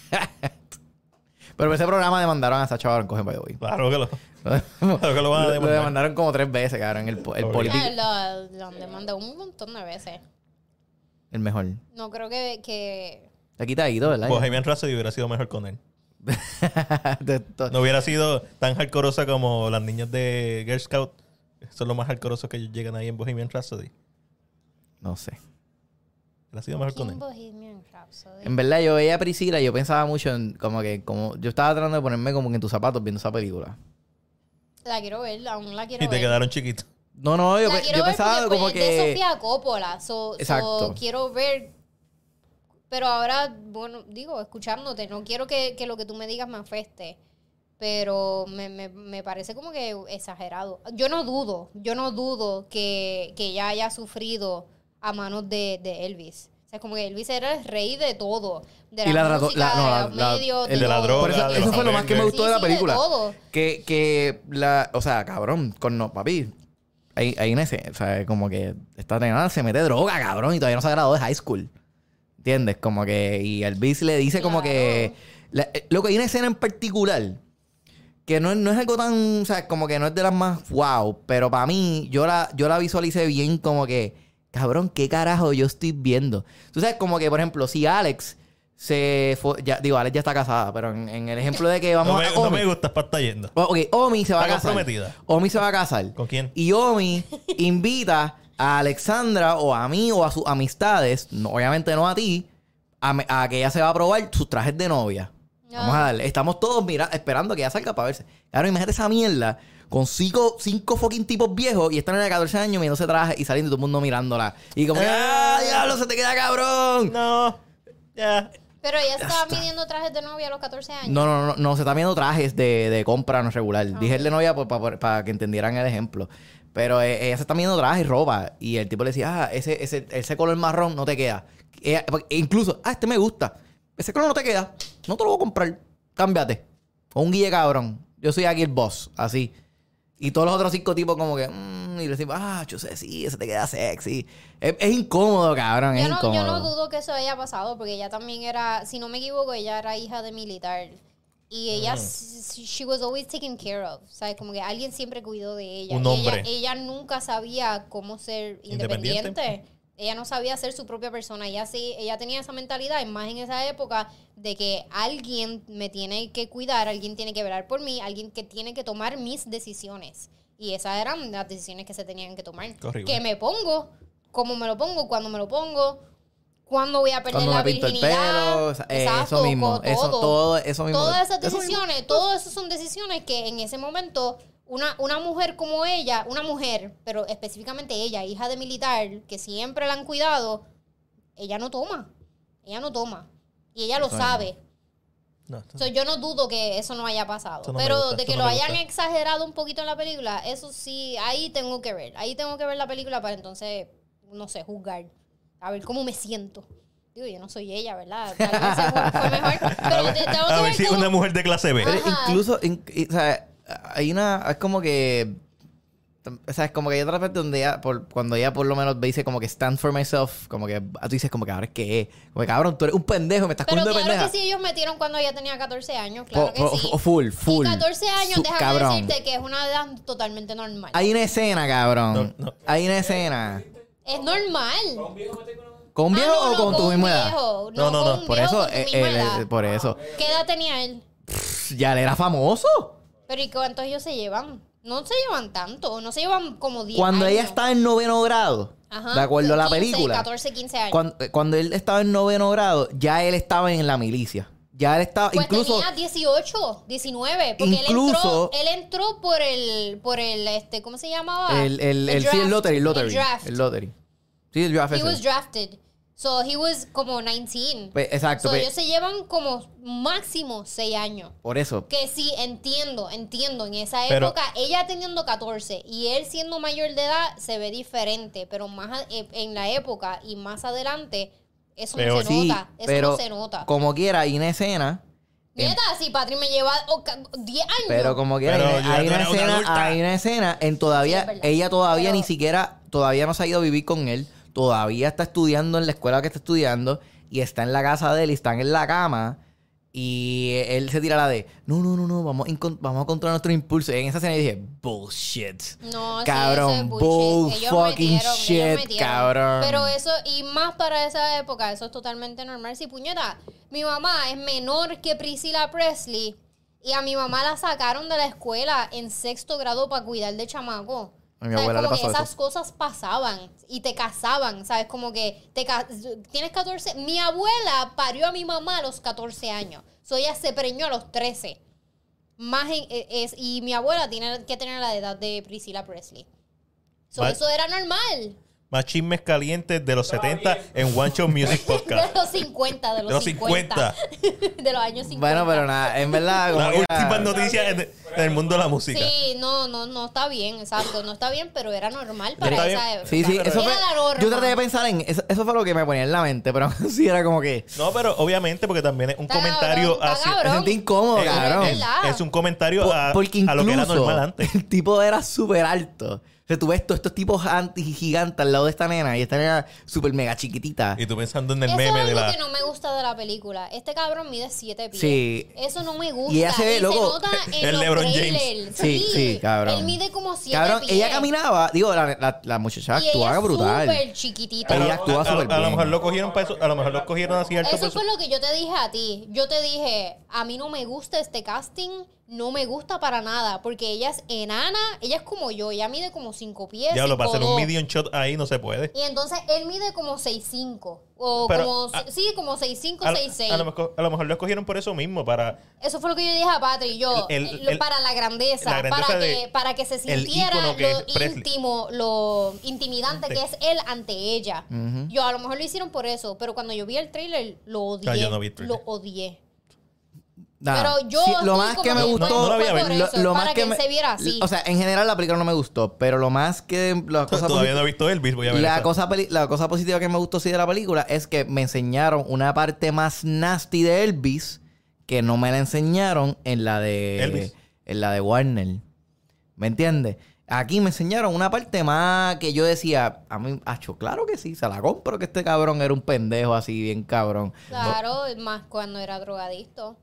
Pero ese programa demandaron a Sacha Baron Cohen, by the way. Claro que lo, claro que lo van a Lo demandar. demandaron como tres veces, cabrón, el, po- el Ok. político. Ah, Lo, lo han demandado un montón de veces. El mejor. No creo que... que... Está quitadito, ¿verdad? Bohemian Rhapsody hubiera sido mejor con él. De to- No hubiera sido tan hardcoreosa como las niñas de Girl Scout. Son los más hardcoreosos que llegan ahí en Bohemian Rhapsody. No sé. Hubiera sido mejor con ¿Quién él. Bohemian Rhapsody? En verdad, yo veía a Priscila y yo pensaba mucho en como que, como, yo estaba tratando de ponerme como que en tus zapatos viendo esa película. La quiero ver, aún la quiero Y te ver. quedaron chiquitos. No, no, yo, la pe- quiero yo ver pensaba porque, como pues, es de que. Sofía Coppola. So, so Exacto. quiero ver... Pero ahora, bueno, digo, escuchándote, no quiero que, que lo que tú me digas me afecte. pero me, me, me parece como que exagerado. Yo no dudo, yo no dudo que, que ella haya sufrido a manos de, de Elvis. O sea, como que Elvis era el rey de todo. De la, Y la trató- música, la- no, de la- los la- medios, el de la todo. droga, Por eso, de eso los fue lo más que me Avengers. gustó de la Sí, sí, de película. todo. Que, que la, o sea, cabrón, con no, papi. Hay, hay en ese, o sea, como que esta nena se mete droga, cabrón, y todavía no se ha graduado de high school. ¿Entiendes? Como que, y el Elvis le dice como Claro. que, la- eh, lo que hay una escena en particular que no es, no es algo tan, o sea, como que no es de las más wow, pero para mí, yo la, yo la visualicé bien como que, cabrón, ¿qué carajo yo estoy viendo? Tú sabes, como que, por ejemplo, si Alex se fue, ya, digo, Alex ya está casada, pero en, en el ejemplo de que vamos No me, a... no Omi, me gusta, para estar yendo. Oh, ok, Omi se va a Está casar. comprometida. Omi se va a casar. ¿Con quién? Y Omi invita a Alexandra o a mí o a sus amistades, no, obviamente no a ti, a, me- a que ella se va a probar sus trajes de novia. Vamos a darle. Estamos todos mira, esperando que ella salga para verse. Claro, imagínate esa mierda con cinco, cinco fucking tipos viejos y están en de catorce años mirándose traje y saliendo y todo el mundo mirándola. Y como que, ¡ah, diablo, se te queda cabrón! No. Ya. Pero ella estaba midiendo trajes de novia a los catorce años. No, no, no, no, se están viendo trajes de, de compra no regular. Dije el de novia para que entendieran el ejemplo. Pero eh, ella se está viendo trajes y ropa. Y el tipo le decía, ah, ese, ese, ese color marrón no te queda. Ella- porque incluso, ah, este me gusta. Ese color no te queda. No te lo voy a comprar. Cámbiate. O un guille cabrón. Yo soy aquí el boss. Así. Y todos los otros cinco tipos como que, mmm, y le decimos, ah, yo sé, sí, ese te queda sexy. Es, es incómodo, cabrón. Es Yo no, incómodo. yo no dudo que eso haya pasado, porque ella también era, si no me equivoco, ella era hija de militar. Y ella, s- she was always taken care of. ¿Sabes? Como que alguien siempre cuidó de ella. Un Y hombre. ella, ella nunca sabía cómo ser Independiente. independiente. Ella no sabía ser su propia persona. Ella sí, ella tenía esa mentalidad, y más en esa época, de que alguien me tiene que cuidar, alguien tiene que velar por mí, alguien que tiene que tomar mis decisiones. Y esas eran las decisiones que se tenían que tomar. Horrible. Que me pongo, cómo me lo pongo, cuándo me lo pongo, cuándo voy a perder Cuando la me pinto el virginidad. pelo, o sea, eh, Exacto, eso mismo, co- eso, todo, eso mismo. Todas esas Eso mismo. decisiones, todas esas son decisiones que en ese momento una, una mujer como ella, una mujer, pero específicamente ella, hija de militar, que siempre la han cuidado, ella no toma. Ella no toma. Y ella lo Eso sabe. No, esto- So, yo no dudo que eso no haya pasado. Eso no me pero gusta, de eso que no lo me hayan gusta. exagerado un poquito en la película, eso sí, ahí tengo que ver. Ahí tengo que ver la película para entonces, no sé, juzgar. A ver cómo me siento. Digo, yo no soy ella, ¿verdad? Tal vez se fue, fue mejor. Pero te- tengo que A ver ver si es cómo- una mujer de clase B. Pero Ajá. incluso, in- y- o sea, hay una, es como que, o sea, es como que hay otra parte donde ella, por, cuando ella por lo menos dice como que stand for myself, como que tú dices como que ahora es que es, como que cabrón, tú eres un pendejo, me estás Pero cogiendo de claro pendeja. que sí, ellos metieron cuando ella tenía catorce años, claro Po- que po- sí. o full, full. Y catorce años, Su- déjame cabrón. decirte que es una edad totalmente normal. Hay una escena, cabrón. No, no. Hay una escena. Es normal. ¿Para un viejo meter con ¿Con un Ah, viejo no, o no, con tu un misma edad? viejo. No, no, con no, un Por viejo eso, con tu eh, misma él- edad. por eso. ¿Qué edad tenía él? Ya él era famoso. Pero ¿y cuántos ellos se llevan? No se llevan tanto, no se llevan como diez Cuando ella años. estaba en noveno grado, Ajá, de acuerdo a la quince, película. catorce, quince años. Cuando, cuando él estaba en noveno grado, ya él estaba en la milicia. Ya él estaba, Pues incluso... tenía dieciocho, diecinueve, porque Incluso- él entró, él entró por el, por el, este, ¿cómo se llamaba? El, el, el, sí, el draft, lottery, el lottery. El draft. El lottery. Sí, el draft He ese. was drafted. So, he was como nineteen. Pues, exacto, So, pues, ellos se llevan como máximo seis años. por eso. Que sí, entiendo, entiendo. En esa Pero- época, ella teniendo catorce y él siendo mayor de edad, se ve diferente. Pero más a- eh, en la época y más adelante, eso Pero no se Sí, nota. Eso pero no se nota. como quiera, hay una escena... en- Neta, si Patrick me lleva oh, ca- diez años. Pero como quiera, Pero hay, ya hay tú una eres una escena, adulta. hay una escena en todavía, Sí, es verdad. ella todavía Pero- ni siquiera, todavía no se ha ido a vivir con él, todavía está estudiando en la escuela que está estudiando y está en la casa de él y están en la cama y él se tira la de, no, no, no, no, vamos a, incon- vamos a controlar nuestro impulso. Y en esa escena yo dije, bullshit. No, sí, Cabrón, eso es bull bullshit. Ellos fucking metieron, ellos shit, metieron. cabrón. Pero eso, y más para esa época, eso es totalmente normal. Si puñeta, mi mamá es menor que Priscilla Presley y a mi mamá la sacaron de la escuela en sexto grado para cuidar de chamaco. A mi ¿Sabes? abuela le Como que pasó esas eso. cosas pasaban y te casaban, ¿sabes? Como que te ca- tienes catorce. Mi abuela parió a mi mamá a los catorce años. So ella se preñó a los trece. Más en- e- es, y mi abuela tiene que tener la edad de Priscilla Presley. So, Va- eso era normal. Más chismes calientes de los setenta en One Show Music De Podcast. los cincuenta, de los, De los cincuenta. De los años cincuenta. Bueno, pero nada, en verdad... como Las que- últimas noticias en, en el mundo de la música. Sí, no, no, no está bien, exacto. No está bien, pero era normal para Está esa bien. época. Sí, sí, eso Era fue... la norma. Yo traté de pensar en... Eso, eso fue lo que me ponía en la mente, pero sí era como que... No, pero obviamente porque también es un Está comentario cabrón, está hacia... Me cabrón. sentí incómodo, es, cabrón. es verdad. es un comentario Por- a, porque a lo que era incluso normal antes. el tipo era súper alto. O sea, tú ves todos estos tipos anti gigantes al lado de esta nena y esta nena súper mega chiquitita. Y tú pensando en el Eso meme es de algo la... que no me gusta de la película. Este cabrón mide siete pies. Sí. Eso no me gusta. Y ella se ve, loco, nota en el los LeBron trailers. James. Sí, sí, cabrón. Él mide como siete Cabrón, pies. ella caminaba, digo, la, la, la muchacha Y actuaba ella es brutal. súper chiquitita. Pero Pero ella actúa a, a- súper a lo bien. mejor lo cogieron para eso, a lo mejor lo cogieron así alto. Eso por fue lo que yo te dije a ti. Yo te dije, a mí no me gusta este casting, no me gusta para nada, porque ella es enana, ella es como yo, ella mide como cinco pies. Diablo, para cinco hacer un dos. medium shot ahí no se puede. Y entonces él mide como seis cinco. O Pero, como, a- sí, como seis cinco, A, seis seis. a lo mejor, a lo mejor lo escogieron por eso mismo, para... Eso fue lo que yo dije a Patri. Yo, El- eh, el- lo- el- para la grandeza, la grandeza para, de- que, para que se el sintiera ícono que lo es Presley. íntimo, lo intimidante Sí. que es él ante ella. Ujú. Yo, a lo mejor lo hicieron por eso, pero cuando yo vi el trailer, lo odié. Ah, yo no vi el trailer. Lo odié. Nada. Pero yo Sí, estoy lo más como que me que, gustó, no, no lo había fue por visto. eso, lo, lo para más que, que me, se viera así. o sea, en general la película no me gustó, pero lo más que la cosa Todavía posi- no he visto Elvis, voy a ver la esa. cosa peli- la cosa positiva que me gustó sí de la película es que me enseñaron una parte más nasty de Elvis que no me la enseñaron en la de Elvis. en la de Warner. ¿Me entiendes? Aquí me enseñaron una parte más que yo decía, a mí, acho, claro que sí, se la compro que este cabrón era un pendejo así, bien cabrón. Claro, más cuando era drogadicto.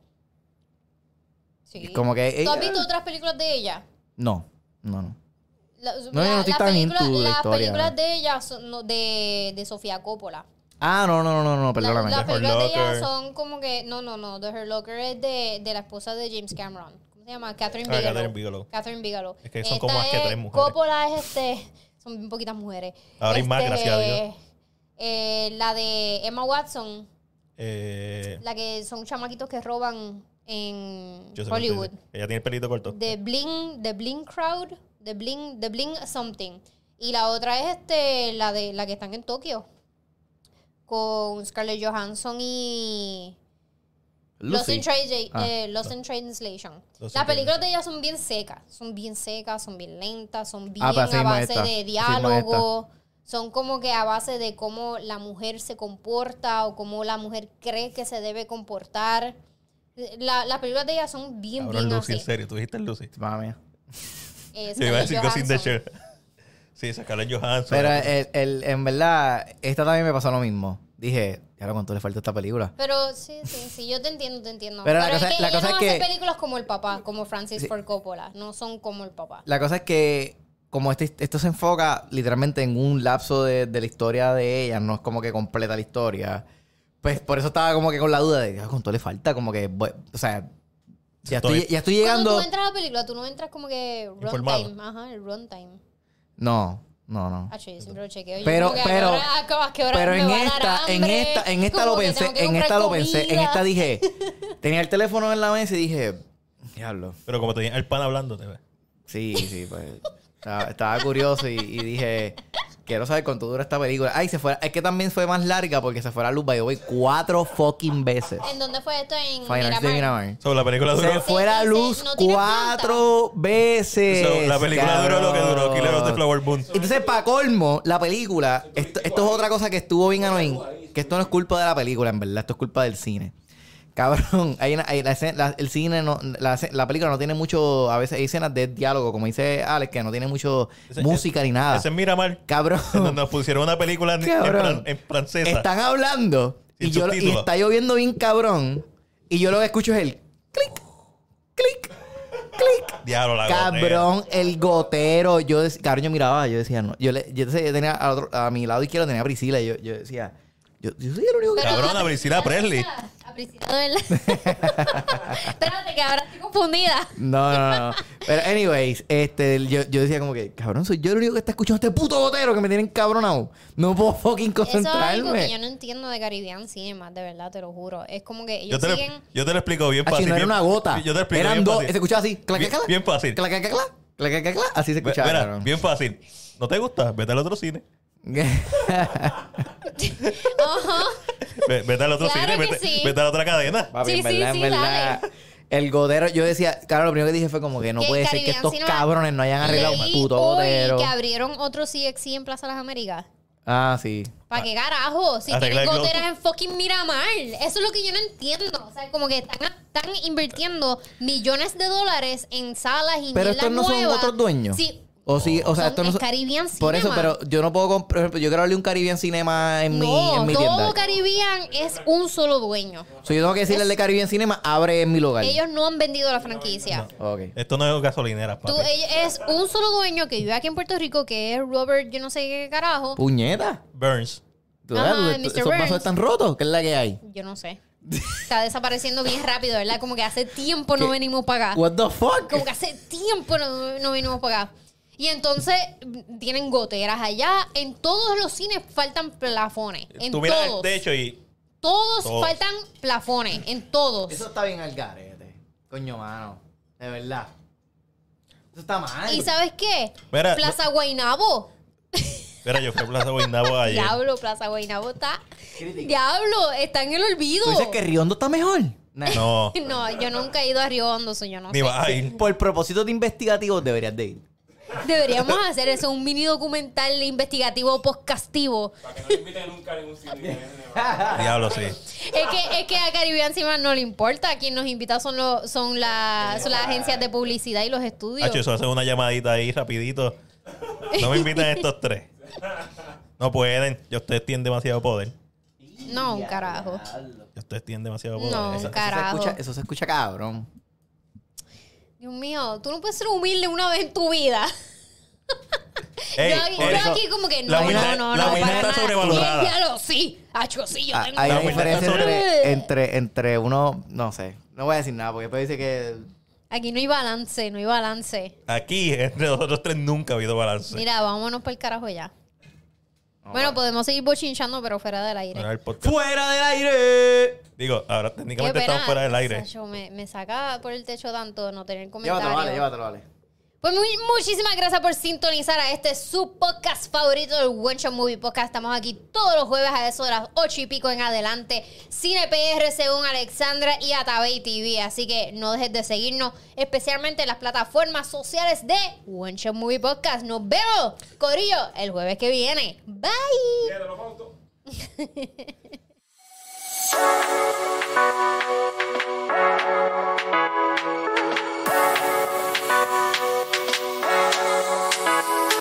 Sí. Como que ¿Tú has ella- visto otras películas de ella? No, no, no. La- No, yo no estoy las tan películas- into la Las historia. películas de ella son no, de, de Sofía Coppola. Ah, no, no, no, no, no, La- perdóname. las The Hurt películas de ella Locker. son como que... No, no, no. The Hurt Locker es de, de la esposa de James Cameron. ¿Cómo se llama? Catherine Ah, Bigelow. Catherine Bigelow. Catherine Bigelow. Es que son Esta como más que es- tres mujeres. Coppola es este... Son bien poquitas mujeres. Ahora hay más, Este, gracias a Dios. eh, la de Emma Watson. Eh, La que son chamaquitos que roban en yo sé cuál tú Hollywood. dices. Ella tiene el pelito corto. The Bling, The Bling Crowd, The Bling, The Bling Something. Y la otra es este, la de la que están en Tokio. Con Scarlett Johansson y Lost Lucy. in, Tra- Ah, eh, Lost in Translation. Lost Las in películas de ellas son bien secas. Son bien secas, son bien lentas, son bien Ah, pues así a mismo base esta. de Así mismo diálogo. Son como que a base de cómo la mujer se comporta o cómo la mujer cree que se debe comportar. La- las películas de ellas son bien, Cabrón, bien Lucy, así. en serio. ¿Tú dijiste Lucy? Mamma mía. Eh, Yo iba a Scarlett decir Ghost in the Johansson. Shell. Sí, Scarlett Johansson. Pero el, el, en verdad, esta también me pasó lo mismo. Dije, claro, ¿cuánto le falta a esta película? Pero sí, sí, sí, yo te entiendo, te entiendo. Pero Pero, la cosa- es que la ella cosa no es hace que- películas como el papá, como Francis Sí. Ford Coppola. No son como el papá. La cosa es que, como este, esto se enfoca literalmente en un lapso de, de la historia de ella, no es como que completa la historia. Pues por eso estaba como que con la duda de, "Ah, ¿cuánto le falta? Como que, voy- o sea, ya Estoy- estoy, ya estoy Cuando llegando... tú entras a la película, tú no entras como que Informado. runtime. Ajá, el runtime. No, no, no. Ah, yo siempre lo chequeo. Yo Pero, como que, ¿a qué pero, hora- a qué- a qué hora pero me en va a dar esta, en hambre? esta, en esta Como lo que pensé, tengo que en comprar esta lo pensé, en comida. esta dije, tenía el teléfono en la mesa y dije, diablo. Pero como tenía el pan hablándote, ¿ves? Sí, sí, pues. Estaba, estaba curioso y, y dije, quiero saber cuánto dura esta película. Ay, se fue, es que también fue más larga porque se fue la luz, by the way, cuatro fucking veces. ¿En dónde fue esto? En Finals de Miramar. Miramar. So, la película duró... Se fue la sí, luz no tiene cuatro veces. So, la película duró lo que duró cabrón. Killer of the Flower Moon. Entonces, para colmo, la película, esto, esto es otra cosa que estuvo bien annoying, que esto no es culpa de la película, en verdad, esto es culpa del cine. Cabrón, hay una- hay la escena- la- el cine, no, la, la película no tiene mucho, a veces hay escenas de diálogo, como dice Alex, que no tiene mucho Ese- música ni nada. Ese es Miramar. Cabrón, En donde nos pusieron una película en, en, Cabrón. fran- en francesa. están hablando y, Sin yo, lo- y subtítulos. está lloviendo bien cabrón y yo lo que escucho es el clic, clic, clic. Diablo, la Cabrón, el gotero. Yo, dec- cabrón, yo miraba, yo decía, no. Yo, le, yo, decía, yo tenía al otro- a mi lado izquierdo tenía a Priscila y yo, yo decía, yo, yo soy el único que... Pero- Cabrón, a Priscila Presley. A Priscila, de verdad. Espérate, que ahora estoy confundida. No, no, no. Pero, anyways, este, yo, yo decía como que, cabrón, soy yo el único que está escuchando este puto gotero que me tienen cabronado. No puedo fucking Eso es algo que concentrarme. yo no entiendo de Caribbean Cinema, de verdad, te lo juro. Es como que Yo ellos te, lo, siguen... yo te lo explico bien Ah, fácil. si no era bien- una gota. Yo te lo explico Eran bien dos. fácil. Se escuchaba así. Clac, Bien, clac, clac. bien fácil. Clac, clac, clac, clac. Clac, clac, clac. Así se Ve- escuchaba. Mira, cabrón. bien fácil. ¿No te gusta? Vete al otro cine. Ajá. Ve- Vete al otro Claro cine, que vete, sí. vete a la otra cadena. Papi, Sí, en sí, verdad, sí, en verdad. El godero, yo decía, claro, lo primero que dije fue como que no Que puede ser que Caribbean estos Cinema- cabrones no hayan arreglado un Leí puto hoy gotero. que abrieron otro C X C en Plaza Las Américas. Ah, sí. ¿Para qué carajo? Si Arregla tienen el globo. goteras en fucking Miramar. Eso es lo que yo no entiendo. O sea, como que están, están invirtiendo millones de dólares en salas y Pero mierdas estos no son nuevas. otros dueños. Sí. O sí, o sea, Son esto no el son- Caribbean Por eso, Cinema. pero yo no puedo comprar, por ejemplo, yo quiero abrir un Caribbean Cinema en mi, No, en mi todo tienda. Caribbean es un solo dueño. O sea, yo tengo que decirle al de Caribbean Cinema, abre en mi lugar. Ellos no han vendido la franquicia. Ok. Esto no es gasolineras, papi. Tú, ell- es un solo dueño que vive aquí en Puerto Rico, que es Robert, yo no sé qué carajo. Puñeta. Burns. ¿Tú Ajá, sabes? mister ¿Esos vasos Burns. están rotos? ¿Qué es la que hay? Yo no sé. Está desapareciendo bien rápido, ¿verdad? Como que hace tiempo no ¿Qué? venimos para acá. What the fuck? Como que hace tiempo no, no venimos para acá. Y entonces mm, tienen goteras allá. En todos los cines faltan plafones. En Tú miras todos. el techo y... Todos Todos. faltan plafones. En todos. Eso está bien al garete. Coño, mano. De verdad. Eso está mal. ¿Y sabes qué? Mira, Plaza Guaynabo. Mira, yo fui a Plaza Guaynabo ayer. Diablo, Plaza Guaynabo está... Crítica. Diablo, está en el olvido. ¿Tú dices que Riondo está mejor? Nah. No, No, yo nunca he ido a Río Hondo, so yo no ni sé. vas a ir. Por propósito de investigativos deberías de ir. Deberíamos hacer eso, un mini documental investigativo podcastivo. Para que no le inviten nunca a ningún cine. Diablo, sí. Es que, es que a Caribbean encima no le importa. Quien nos invita son, los son, la- son las agencias de publicidad y los estudios. Hacho, eso hace una llamadita ahí rapidito. No me inviten estos tres. No pueden. Ya ustedes tienen demasiado poder. No, un carajo. Ya ustedes tienen demasiado poder. No. Eso, eso se Carajo. escucha, eso se escucha cabrón. Dios mío, tú no puedes ser humilde una vez en tu vida. Ey, yo, aquí- por yo eso, aquí como que no, la no, humildad- no, la no, humildad para está nada. sobrevalorada. Límpialo, sí. Acho, sí, yo Ah, tengo... hay La una humildad diferencia está entre, entre, entre uno, no sé. No voy a decir nada porque después dice que... Aquí no hay balance, no hay balance. Aquí, entre nosotros tres, nunca ha habido balance. Mira, vámonos para el carajo ya. Bueno, podemos seguir bochinchando, pero fuera del aire. Mira el podcast. ¡Fuera del aire! Digo, ahora Qué técnicamente pena, estamos fuera del aire. Sacho, me, me saca por el techo tanto no tener comentarios. Llévatelo, vale, llévatelo, vale. Pues muy- muchísimas gracias por sintonizar a este su podcast favorito, el One Shot Movie Podcast. Estamos aquí todos los jueves a eso de las ocho y pico en adelante. Cine P R según Alexandra y Atabey T V. Así que no dejes de seguirnos, especialmente en las plataformas sociales de One Shot Movie Podcast. Nos vemos, corillo, el jueves que viene. Bye. Fíjate, lo pauto.